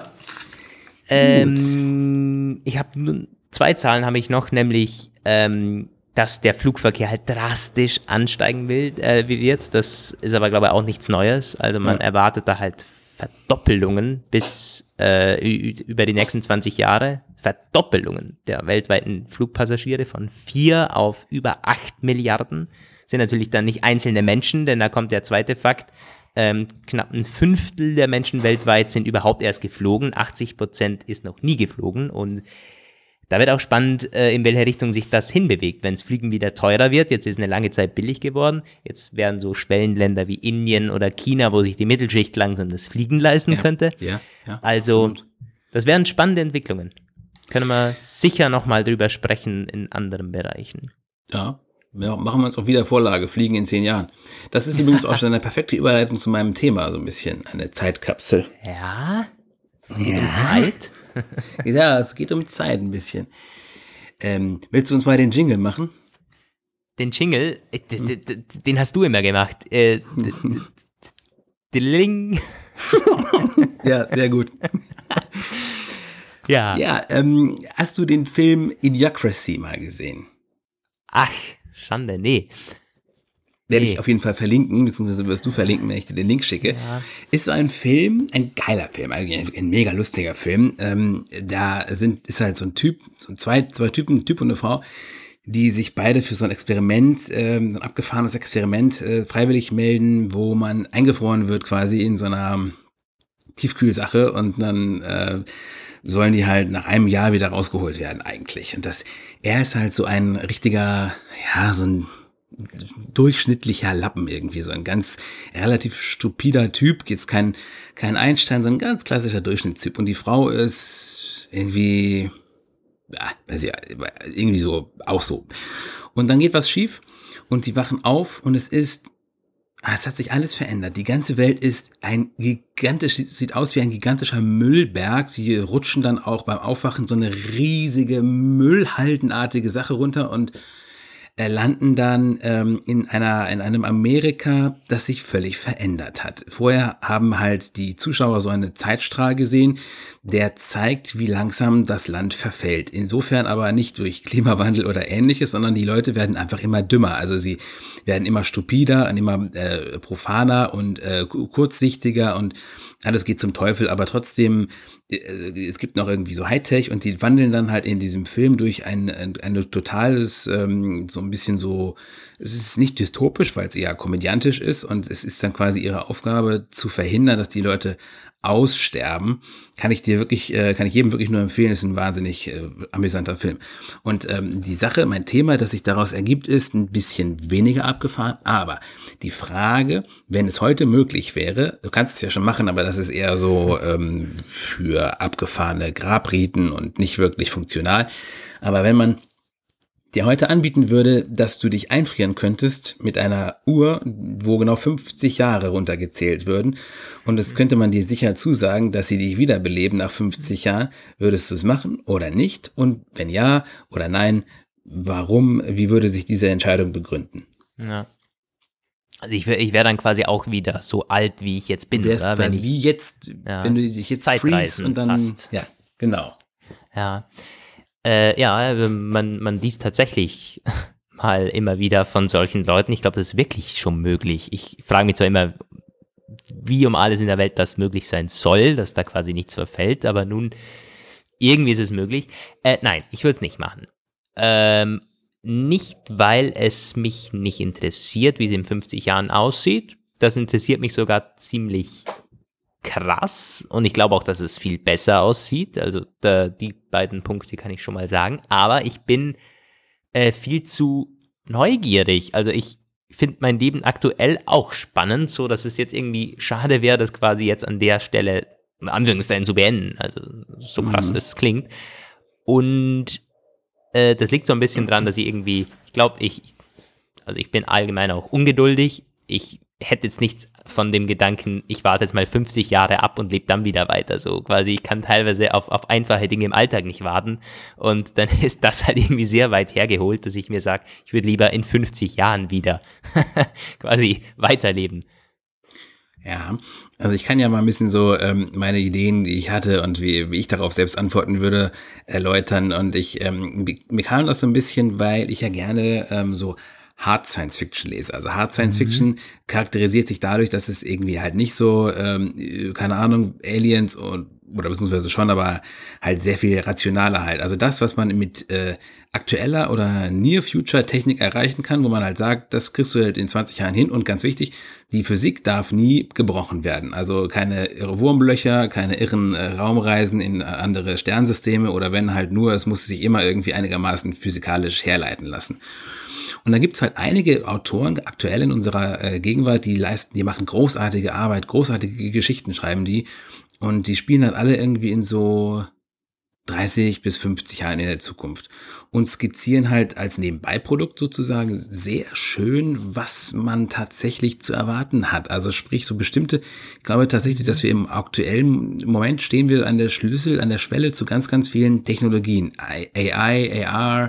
Ich habe 2 Zahlen habe ich noch, nämlich dass der Flugverkehr halt drastisch ansteigen wird. Das ist aber, glaube ich, auch nichts Neues. Also man erwartet da halt Verdoppelungen bis über die nächsten 20 Jahre. Verdoppelungen der weltweiten Flugpassagiere von 4 auf über 8 Milliarden. sind natürlich dann nicht einzelne Menschen, denn da kommt der zweite Fakt. Knapp ein Fünftel der Menschen weltweit sind überhaupt erst geflogen, 80% ist noch nie geflogen und da wird auch spannend, in welche Richtung sich das hinbewegt, wenn das Fliegen wieder teurer wird. Jetzt ist eine lange Zeit billig geworden. Jetzt werden so Schwellenländer wie Indien oder China, wo sich die Mittelschicht langsam das Fliegen leisten könnte. Ja, also, absolut. Das wären spannende Entwicklungen. Können wir sicher nochmal drüber sprechen in anderen Bereichen. Ja, machen wir uns auch wieder Vorlage, Fliegen in 10 Jahren. Das ist übrigens auch schon eine perfekte Überleitung zu meinem Thema, so ein bisschen, eine Zeitkapsel. Ja? Geht um Zeit? Ja, es geht um Zeit ein bisschen. Willst du uns mal den Jingle machen? Den Jingle, den hast du immer gemacht. Dling. Ja, sehr gut. Ja. Ja, hast du den Film Idiocracy mal gesehen? Ach, Schande, nee. Werde ich auf jeden Fall verlinken, beziehungsweise wirst du verlinken, wenn ich dir den Link schicke. Ja. Ist so ein Film, ein geiler Film, eigentlich ein mega lustiger Film. Ist halt so ein Typ, so zwei Typen, ein Typ und eine Frau, die sich beide für so ein Experiment, so ein abgefahrenes Experiment freiwillig melden, wo man eingefroren wird quasi in so einer Tiefkühlsache und dann sollen die halt nach einem Jahr wieder rausgeholt werden eigentlich. Und er ist halt so ein richtiger, ja, so ein durchschnittlicher Lappen irgendwie, so ein ganz relativ stupider Typ, jetzt kein Einstein, sondern ein ganz klassischer Durchschnittstyp. Und die Frau ist irgendwie, ja, weiß ich, irgendwie so, auch so. Und dann geht was schief und sie wachen auf und es hat sich alles verändert. Die ganze Welt ist sieht aus wie ein gigantischer Müllberg. Sie rutschen dann auch beim Aufwachen so eine riesige müllhaldenartige Sache runter und landen dann in einem Amerika, das sich völlig verändert hat. Vorher haben halt die Zuschauer so einen Zeitstrahl gesehen, der zeigt, wie langsam das Land verfällt. Insofern aber nicht durch Klimawandel oder Ähnliches, sondern die Leute werden einfach immer dümmer. Also sie werden immer stupider und immer profaner und kurzsichtiger und alles geht zum Teufel, aber trotzdem, es gibt noch irgendwie so Hightech und die wandeln dann halt in diesem Film durch ein totales, so ein bisschen so, es ist nicht dystopisch, weil es eher komödiantisch ist und es ist dann quasi ihre Aufgabe zu verhindern, dass die Leute aussterben. Kann ich jedem wirklich nur empfehlen, ist ein wahnsinnig amüsanter Film. Und die Sache, mein Thema, das sich daraus ergibt, ist ein bisschen weniger abgefahren, aber die Frage, wenn es heute möglich wäre, du kannst es ja schon machen, aber das ist eher so für abgefahrene Grabriten und nicht wirklich funktional, aber wenn man dir heute anbieten würde, dass du dich einfrieren könntest mit einer Uhr, wo genau 50 Jahre runtergezählt würden und es könnte man dir sicher zusagen, dass sie dich wiederbeleben nach 50 Jahren, würdest du es machen oder nicht? Und wenn ja oder nein, warum? Wie würde sich diese Entscheidung begründen? Ja. Also ich wäre dann quasi auch wieder so alt, wie ich jetzt bin. Du wärst oder? quasi wie jetzt, ja, wenn du dich jetzt freest und dann, fast. Ja, genau. Ja. Man liest tatsächlich mal immer wieder von solchen Leuten. Ich glaube, das ist wirklich schon möglich. Ich frage mich zwar immer, wie um alles in der Welt das möglich sein soll, dass da quasi nichts verfällt, aber nun, irgendwie ist es möglich. Nein, ich würde es nicht machen. Nicht, weil es mich nicht interessiert, wie es in 50 Jahren aussieht. Das interessiert mich sogar ziemlich krass und ich glaube auch, dass es viel besser aussieht. Also die beiden Punkte kann ich schon mal sagen. Aber ich bin viel zu neugierig. Also ich finde mein Leben aktuell auch spannend, so dass es jetzt irgendwie schade wäre, das quasi jetzt an der Stelle in Anführungszeichen zu beenden. Also so krass es klingt. Und das liegt so ein bisschen dran, dass ich irgendwie, ich glaube, ich bin allgemein auch ungeduldig. Ich hätte jetzt nichts von dem Gedanken, ich warte jetzt mal 50 Jahre ab und lebe dann wieder weiter. So quasi, ich kann teilweise auf einfache Dinge im Alltag nicht warten und dann ist das halt irgendwie sehr weit hergeholt, dass ich mir sage, ich würde lieber in 50 Jahren wieder quasi weiterleben. Ja, also ich kann ja mal ein bisschen so meine Ideen, die ich hatte und wie ich darauf selbst antworten würde, erläutern und mir kam das so ein bisschen, weil ich ja gerne so Hard Science Fiction lese. Also Hard Science Fiction charakterisiert sich dadurch, dass es irgendwie halt nicht so, keine Ahnung, Aliens und oder beziehungsweise schon, aber halt sehr viel rationaler halt. Also das, was man mit aktueller oder Near-Future-Technik erreichen kann, wo man halt sagt, das kriegst du halt in 20 Jahren hin und ganz wichtig, die Physik darf nie gebrochen werden. Also keine irre Wurmlöcher, keine irren Raumreisen in andere Sternsysteme oder wenn halt nur, es muss sich immer irgendwie einigermaßen physikalisch herleiten lassen. Und da gibt's halt einige Autoren aktuell in unserer Gegenwart, die machen großartige Arbeit, großartige Geschichten schreiben die und die spielen halt alle irgendwie in so 30 bis 50 Jahren in der Zukunft und skizzieren halt als Nebenbeiprodukt sozusagen sehr schön, was man tatsächlich zu erwarten hat. Also sprich so bestimmte, ich glaube tatsächlich, dass wir im aktuellen Moment stehen wir an der Schwelle zu ganz, ganz vielen Technologien. AI, AR,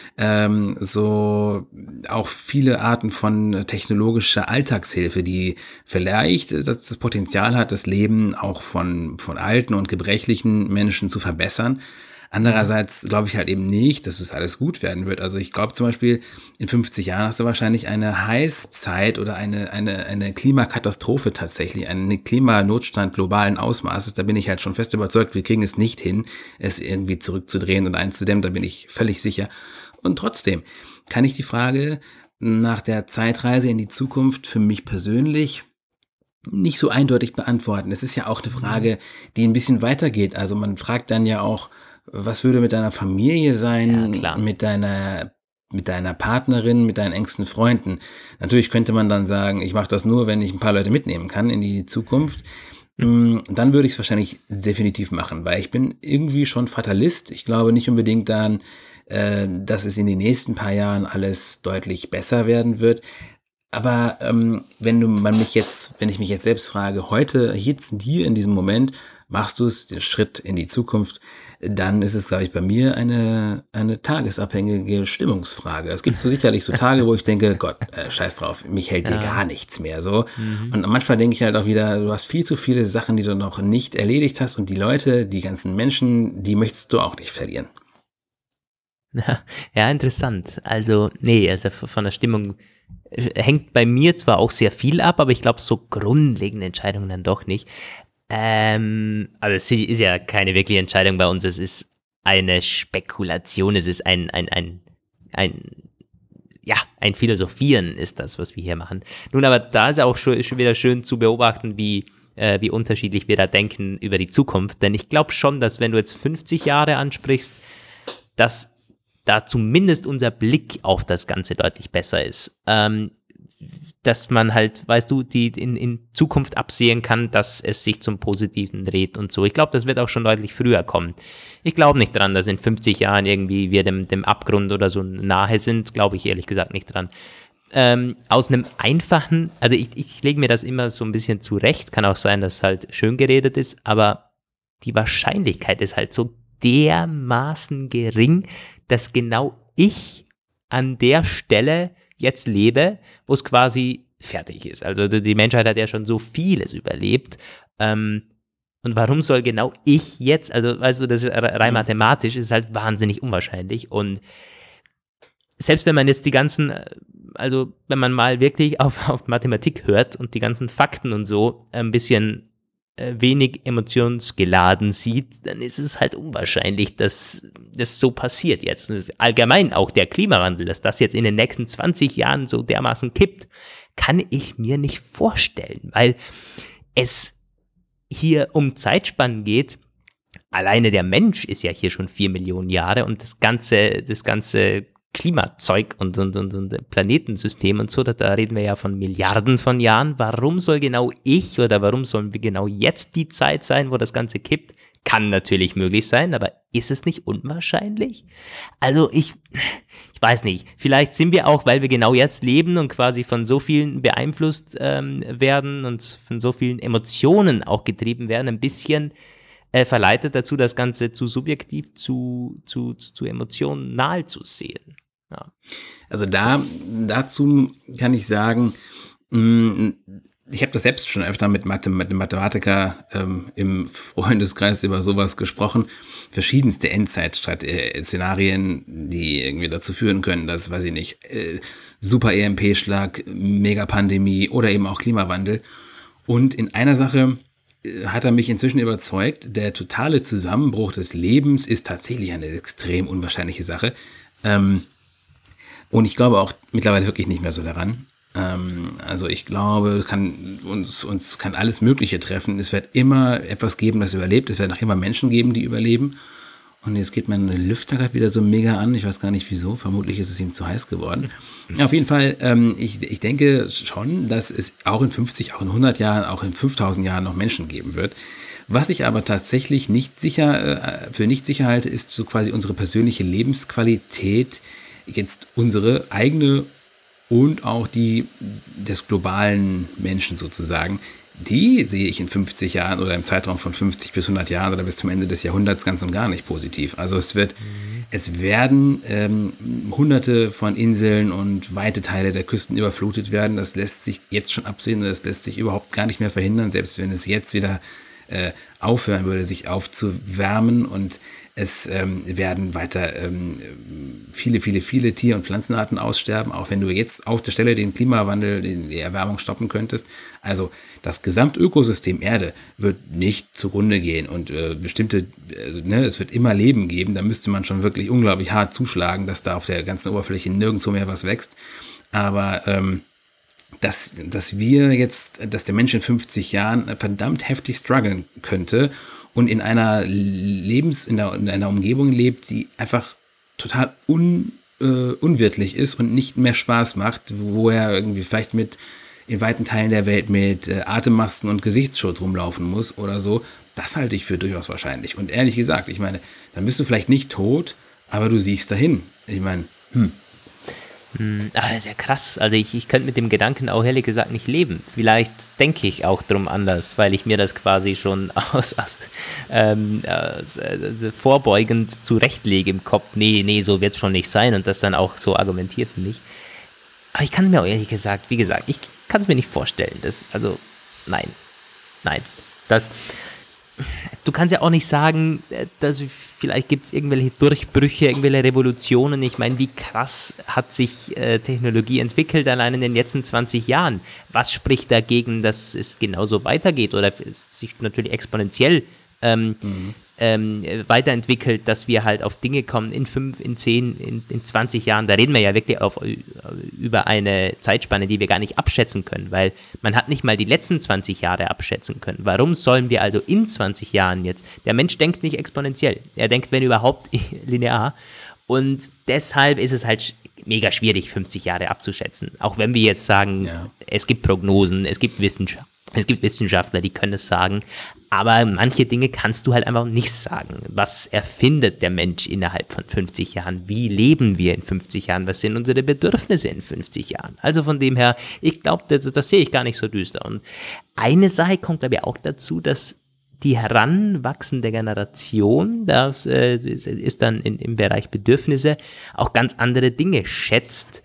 so auch viele Arten von technologischer Alltagshilfe, die vielleicht das Potenzial hat, das Leben auch von alten und gebrechlichen Menschen zu verbessern. Andererseits glaube ich halt eben nicht, dass es alles gut werden wird. Also ich glaube zum Beispiel, in 50 Jahren hast du wahrscheinlich eine Heißzeit oder eine Klimakatastrophe tatsächlich, einen Klimanotstand globalen Ausmaßes. Da bin ich halt schon fest überzeugt, wir kriegen es nicht hin, es irgendwie zurückzudrehen und einzudämmen. Da bin ich völlig sicher. Und trotzdem kann ich die Frage nach der Zeitreise in die Zukunft für mich persönlich nicht so eindeutig beantworten. Es ist ja auch eine Frage, die ein bisschen weitergeht. Also man fragt dann ja auch, was würde mit deiner Familie sein, Ja, mit deiner Partnerin, mit deinen engsten Freunden. Natürlich könnte man dann sagen, ich mache das nur, wenn ich ein paar Leute mitnehmen kann in die Zukunft. Dann würde ich es wahrscheinlich definitiv machen, weil ich bin irgendwie schon Fatalist. Ich glaube nicht unbedingt daran, dass es in den nächsten paar Jahren alles deutlich besser werden wird. Aber wenn ich mich jetzt selbst frage, heute, jetzt hier in diesem Moment, machst du es, den Schritt in die Zukunft, dann ist es, glaube ich, bei mir eine tagesabhängige Stimmungsfrage. Es gibt so sicherlich so Tage, wo ich denke, Gott, scheiß drauf, mich hält hier gar nichts mehr so. Und manchmal denke ich halt auch wieder, du hast viel zu viele Sachen, die du noch nicht erledigt hast und die Leute, die ganzen Menschen, die möchtest du auch nicht verlieren. Ja, interessant. Also, nee, also von der Stimmung hängt bei mir zwar auch sehr viel ab, aber ich glaube, so grundlegende Entscheidungen dann doch nicht. Also es ist ja keine wirkliche Entscheidung bei uns, es ist eine Spekulation, es ist ein Philosophieren ist das, was wir hier machen. Nun, aber da ist ja auch schon wieder schön zu beobachten, wie unterschiedlich wir da denken über die Zukunft, denn ich glaube schon, dass wenn du jetzt 50 Jahre ansprichst, dass da zumindest unser Blick auf das Ganze deutlich besser ist. Dass man halt, weißt du, die in Zukunft absehen kann, dass es sich zum Positiven dreht und so. Ich glaube, das wird auch schon deutlich früher kommen. Ich glaube nicht dran, dass in 50 Jahren irgendwie wir dem Abgrund oder so nahe sind. Glaube ich ehrlich gesagt nicht dran. Aus einem einfachen, also ich lege mir das immer so ein bisschen zurecht. Kann auch sein, dass es halt schön geredet ist, aber die Wahrscheinlichkeit ist halt so dermaßen gering, dass genau ich an der Stelle jetzt lebe, wo es quasi fertig ist. Also die Menschheit hat ja schon so vieles überlebt. Und warum soll genau ich jetzt, also weißt du, das ist rein mathematisch, ist halt wahnsinnig unwahrscheinlich. Und selbst wenn man jetzt die ganzen, also wenn man mal wirklich auf Mathematik hört und die ganzen Fakten und so ein bisschen wenig emotionsgeladen sieht, dann ist es halt unwahrscheinlich, dass das so passiert jetzt. Und allgemein auch der Klimawandel, dass das jetzt in den nächsten 20 Jahren so dermaßen kippt, kann ich mir nicht vorstellen, weil es hier um Zeitspannen geht. Alleine der Mensch ist ja hier schon 4 Millionen Jahre und das ganze Klimazeug und Planetensystem und so, da reden wir ja von Milliarden von Jahren. Warum soll genau ich oder warum sollen wir genau jetzt die Zeit sein, wo das Ganze kippt? Kann natürlich möglich sein, aber ist es nicht unwahrscheinlich? Also ich weiß nicht, vielleicht sind wir auch, weil wir genau jetzt leben und quasi von so vielen beeinflusst werden und von so vielen Emotionen auch getrieben werden, ein bisschen verleitet dazu, das Ganze zu subjektiv, zu emotional zu sehen. Ja. Also dazu kann ich sagen, ich habe das selbst schon öfter mit einem Mathematiker im Freundeskreis über sowas gesprochen. Verschiedenste Endzeit-Szenarien, die irgendwie dazu führen können, dass, weiß ich nicht, super EMP-Schlag, Megapandemie oder eben auch Klimawandel. Und in einer Sache hat er mich inzwischen überzeugt, der totale Zusammenbruch des Lebens ist tatsächlich eine extrem unwahrscheinliche Sache. Und ich glaube auch mittlerweile wirklich nicht mehr so daran. Also ich glaube, uns kann alles Mögliche treffen. Es wird immer etwas geben, das überlebt. Es werden auch immer Menschen geben, die überleben. Und jetzt geht mein Lüfter gerade wieder so mega an. Ich weiß gar nicht wieso. Vermutlich ist es ihm zu heiß geworden. Ja, auf jeden Fall, ich denke schon, dass es auch in 50, auch in 100 Jahren, auch in 5000 Jahren noch Menschen geben wird. Was ich aber tatsächlich für nicht sicher halte, ist so quasi unsere persönliche Lebensqualität, jetzt unsere eigene und auch die des globalen Menschen sozusagen. Die sehe ich in 50 Jahren oder im Zeitraum von 50 bis 100 Jahren oder bis zum Ende des Jahrhunderts ganz und gar nicht positiv. Also es werden hunderte von Inseln und weite Teile der Küsten überflutet werden. Das lässt sich jetzt schon absehen. Das lässt sich überhaupt gar nicht mehr verhindern, selbst wenn es jetzt wieder aufhören würde, sich aufzuwärmen, und es werden weiter viele Tier- und Pflanzenarten aussterben, auch wenn du jetzt auf der Stelle den Klimawandel, die Erwärmung stoppen könntest. Also das Gesamtökosystem Erde wird nicht zugrunde gehen, und es wird immer Leben geben. Da müsste man schon wirklich unglaublich hart zuschlagen, dass da auf der ganzen Oberfläche nirgendwo mehr was wächst. Aber dass der Mensch in 50 Jahren verdammt heftig strugglen könnte und in einer in einer Umgebung lebt, die einfach total unwirtlich ist und nicht mehr Spaß macht, wo er irgendwie vielleicht in weiten Teilen der Welt mit Atemmasken und Gesichtsschutz rumlaufen muss oder so, das halte ich für durchaus wahrscheinlich. Und ehrlich gesagt, ich meine, dann bist du vielleicht nicht tot, aber du siehst dahin. Ich meine, Das ist ja krass. Also ich könnte mit dem Gedanken auch ehrlich gesagt nicht leben. Vielleicht denke ich auch drum anders, weil ich mir das quasi schon vorbeugend zurechtlege im Kopf. Nee, so wird es schon nicht sein, und das dann auch so argumentiert für mich. Aber ich kann es mir auch ehrlich gesagt, wie gesagt, ich kann es mir nicht vorstellen. Nein. Du kannst ja auch nicht sagen, dass vielleicht gibt es irgendwelche Durchbrüche, irgendwelche Revolutionen. Ich meine, wie krass hat sich Technologie entwickelt allein in den letzten 20 Jahren? Was spricht dagegen, dass es genauso weitergeht oder sich natürlich exponentiell weiterentwickelt, dass wir halt auf Dinge kommen in 5, in 10, in 20 Jahren. Da reden wir ja wirklich über eine Zeitspanne, die wir gar nicht abschätzen können, weil man hat nicht mal die letzten 20 Jahre abschätzen können. Warum sollen wir also in 20 Jahren jetzt, der Mensch denkt nicht exponentiell, er denkt, wenn überhaupt, linear, und deshalb ist es halt mega schwierig, 50 Jahre abzuschätzen. Auch wenn wir jetzt sagen, Es gibt Prognosen, es gibt Wissenschaftler, die können es sagen, aber manche Dinge kannst du halt einfach nicht sagen. Was erfindet der Mensch innerhalb von 50 Jahren? Wie leben wir in 50 Jahren? Was sind unsere Bedürfnisse in 50 Jahren? Also von dem her, ich glaube, das sehe ich gar nicht so düster. Und eine Sache kommt, glaube ich, auch dazu, dass die heranwachsende Generation, das ist dann im Bereich Bedürfnisse, auch ganz andere Dinge schätzt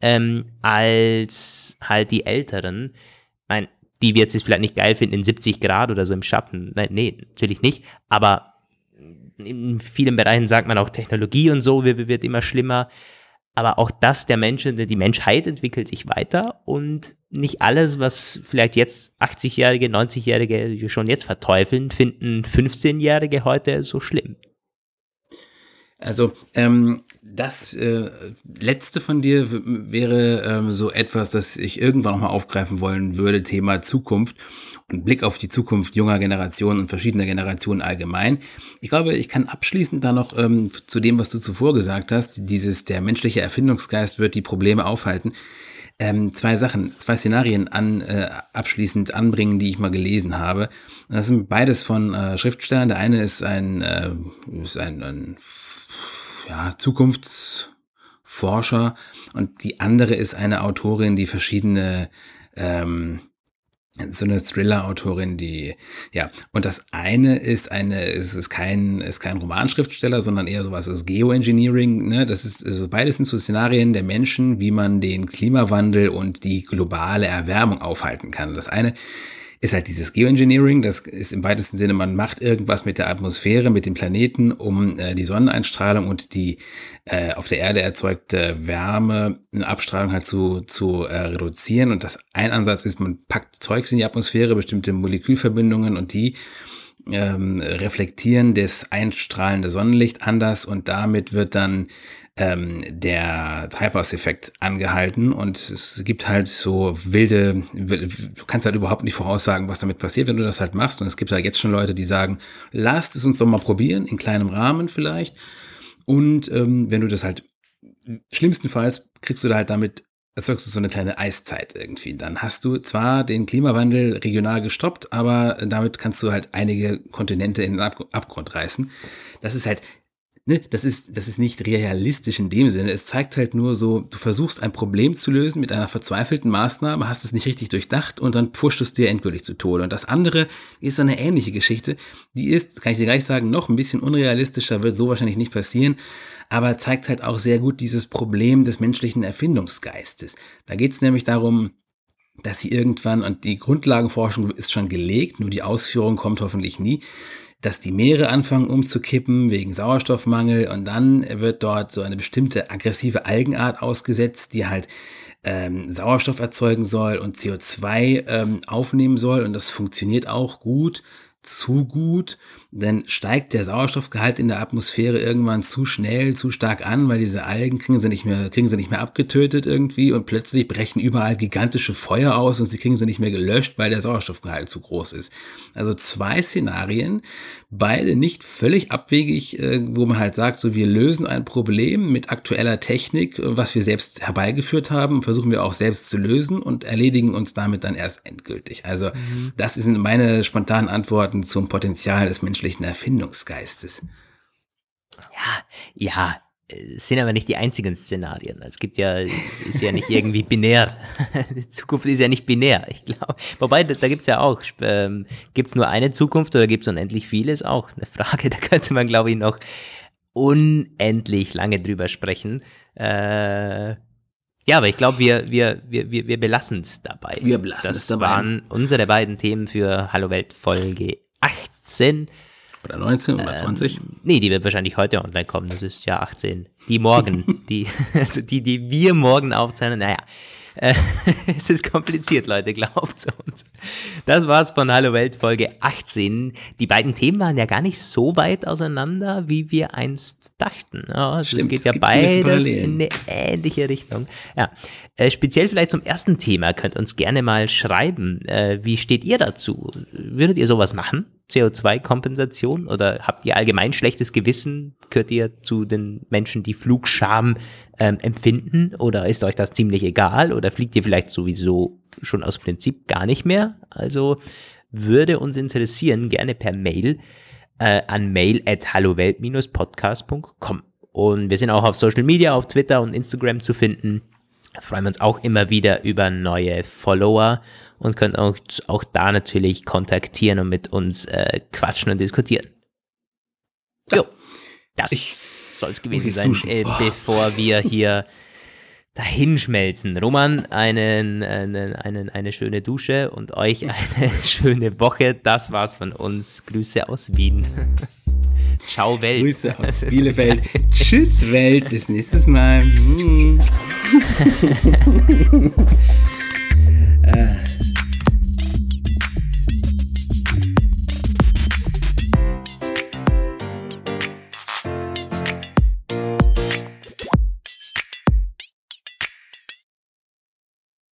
als halt die Älteren. Ich meine, die wird es vielleicht nicht geil finden in 70 Grad oder so im Schatten. Nee, natürlich nicht. Aber in vielen Bereichen sagt man auch, Technologie und so wird immer schlimmer. Aber auch die Menschheit entwickelt sich weiter, und nicht alles, was vielleicht jetzt 80-Jährige, 90-Jährige schon jetzt verteufeln, finden 15-Jährige heute so schlimm. Also das letzte von dir wäre so etwas, das ich irgendwann nochmal aufgreifen wollen würde, Thema Zukunft und Blick auf die Zukunft junger Generationen und verschiedener Generationen allgemein. Ich glaube, ich kann abschließend da noch zu dem, was du zuvor gesagt hast, der menschliche Erfindungsgeist wird die Probleme aufhalten, zwei Szenarien abschließend anbringen, die ich mal gelesen habe. Das sind beides von Schriftstellern. Der eine ist ein Zukunftsforscher, und die andere ist eine Autorin, die verschiedene so eine Thriller-Autorin, und das eine ist kein Romanschriftsteller, sondern eher sowas als Geoengineering, ne? Das ist, also beides sind so Szenarien der Menschen, wie man den Klimawandel und die globale Erwärmung aufhalten kann. Das eine ist halt dieses Geoengineering. Das ist im weitesten Sinne, man macht irgendwas mit der Atmosphäre, mit dem Planeten, um die Sonneneinstrahlung und die auf der Erde erzeugte Wärme, eine Abstrahlung halt zu reduzieren. Und das ein Ansatz ist, man packt Zeugs in die Atmosphäre, bestimmte Molekülverbindungen, und die reflektieren das einstrahlende Sonnenlicht anders, und damit wird dann der Treibhauseffekt angehalten, und es gibt halt so du kannst halt überhaupt nicht voraussagen, was damit passiert, wenn du das halt machst, und es gibt halt jetzt schon Leute, die sagen, lasst es uns doch mal probieren, in kleinem Rahmen vielleicht, und wenn du das halt, schlimmstenfalls kriegst du da halt damit, erzeugst du so eine kleine Eiszeit irgendwie. Dann hast du zwar den Klimawandel regional gestoppt, aber damit kannst du halt einige Kontinente in den Abgrund reißen. Das ist halt, ne, das ist nicht realistisch in dem Sinne. Es zeigt halt nur so, du versuchst ein Problem zu lösen mit einer verzweifelten Maßnahme, hast es nicht richtig durchdacht und dann pfuscht es dir endgültig zu Tode. Und das andere ist so eine ähnliche Geschichte. Die ist, kann ich dir gleich sagen, noch ein bisschen unrealistischer, wird so wahrscheinlich nicht passieren, aber zeigt halt auch sehr gut dieses Problem des menschlichen Erfindungsgeistes. Da geht es nämlich darum, dass sie irgendwann, und die Grundlagenforschung ist schon gelegt, nur die Ausführung kommt hoffentlich nie, dass die Meere anfangen umzukippen wegen Sauerstoffmangel, und dann wird dort so eine bestimmte aggressive Algenart ausgesetzt, die halt Sauerstoff erzeugen soll und CO2 aufnehmen soll, und das funktioniert auch gut, zu gut, dann steigt der Sauerstoffgehalt in der Atmosphäre irgendwann zu schnell, zu stark an, weil diese Algen kriegen sie nicht mehr abgetötet irgendwie, und plötzlich brechen überall gigantische Feuer aus und sie kriegen sie nicht mehr gelöscht, weil der Sauerstoffgehalt zu groß ist. Also 2 Szenarien, beide nicht völlig abwegig, wo man halt sagt, so, wir lösen ein Problem mit aktueller Technik, was wir selbst herbeigeführt haben, versuchen wir auch selbst zu lösen und erledigen uns damit dann erst endgültig. Also das sind meine spontanen Antworten zum Potenzial des menschlichen Erfindungsgeistes. Ja, es sind aber nicht die einzigen Szenarien. Es gibt ja, es ist ja nicht irgendwie binär. Die Zukunft ist ja nicht binär, ich glaube. Wobei, da gibt es ja auch, gibt es nur eine Zukunft oder gibt es unendlich viele, ist auch eine Frage. Da könnte man, glaube ich, noch unendlich lange drüber sprechen. Ja, aber ich glaube, wir belassen es dabei. Wir belassen es dabei. Das waren unsere beiden Themen für Hallo Welt Folge 18. Oder 19 oder 20? Nee, die wird wahrscheinlich heute online kommen. Das ist ja 18. Die morgen. die wir morgen aufzeichnen. Naja, es ist kompliziert, Leute, glaubt's uns. Das war's von Hallo Welt Folge 18. Die beiden Themen waren ja gar nicht so weit auseinander, wie wir einst dachten. Ja, also es geht ja beides in eine ähnliche Richtung. Ja, speziell vielleicht zum ersten Thema könnt uns gerne mal schreiben. Wie steht ihr dazu? Würdet ihr sowas machen? CO2-Kompensation? Oder habt ihr allgemein schlechtes Gewissen? Gehört ihr zu den Menschen, die Flugscham empfinden? Oder ist euch das ziemlich egal? Oder fliegt ihr vielleicht sowieso schon aus Prinzip gar nicht mehr? Also würde uns interessieren, gerne per Mail an mail@hallowelt-podcast.com. Und wir sind auch auf Social Media, auf Twitter und Instagram zu finden. Da freuen wir uns auch immer wieder über neue Follower und könnt auch da natürlich kontaktieren und mit uns quatschen und diskutieren. Jo, das soll es gewesen sein, bevor wir hier dahinschmelzen. Roman, eine schöne Dusche und euch eine schöne Woche. Das war's von uns. Grüße aus Wien. Ciao Welt. Grüße aus Bielefeld. Tschüss Welt, bis nächstes Mal.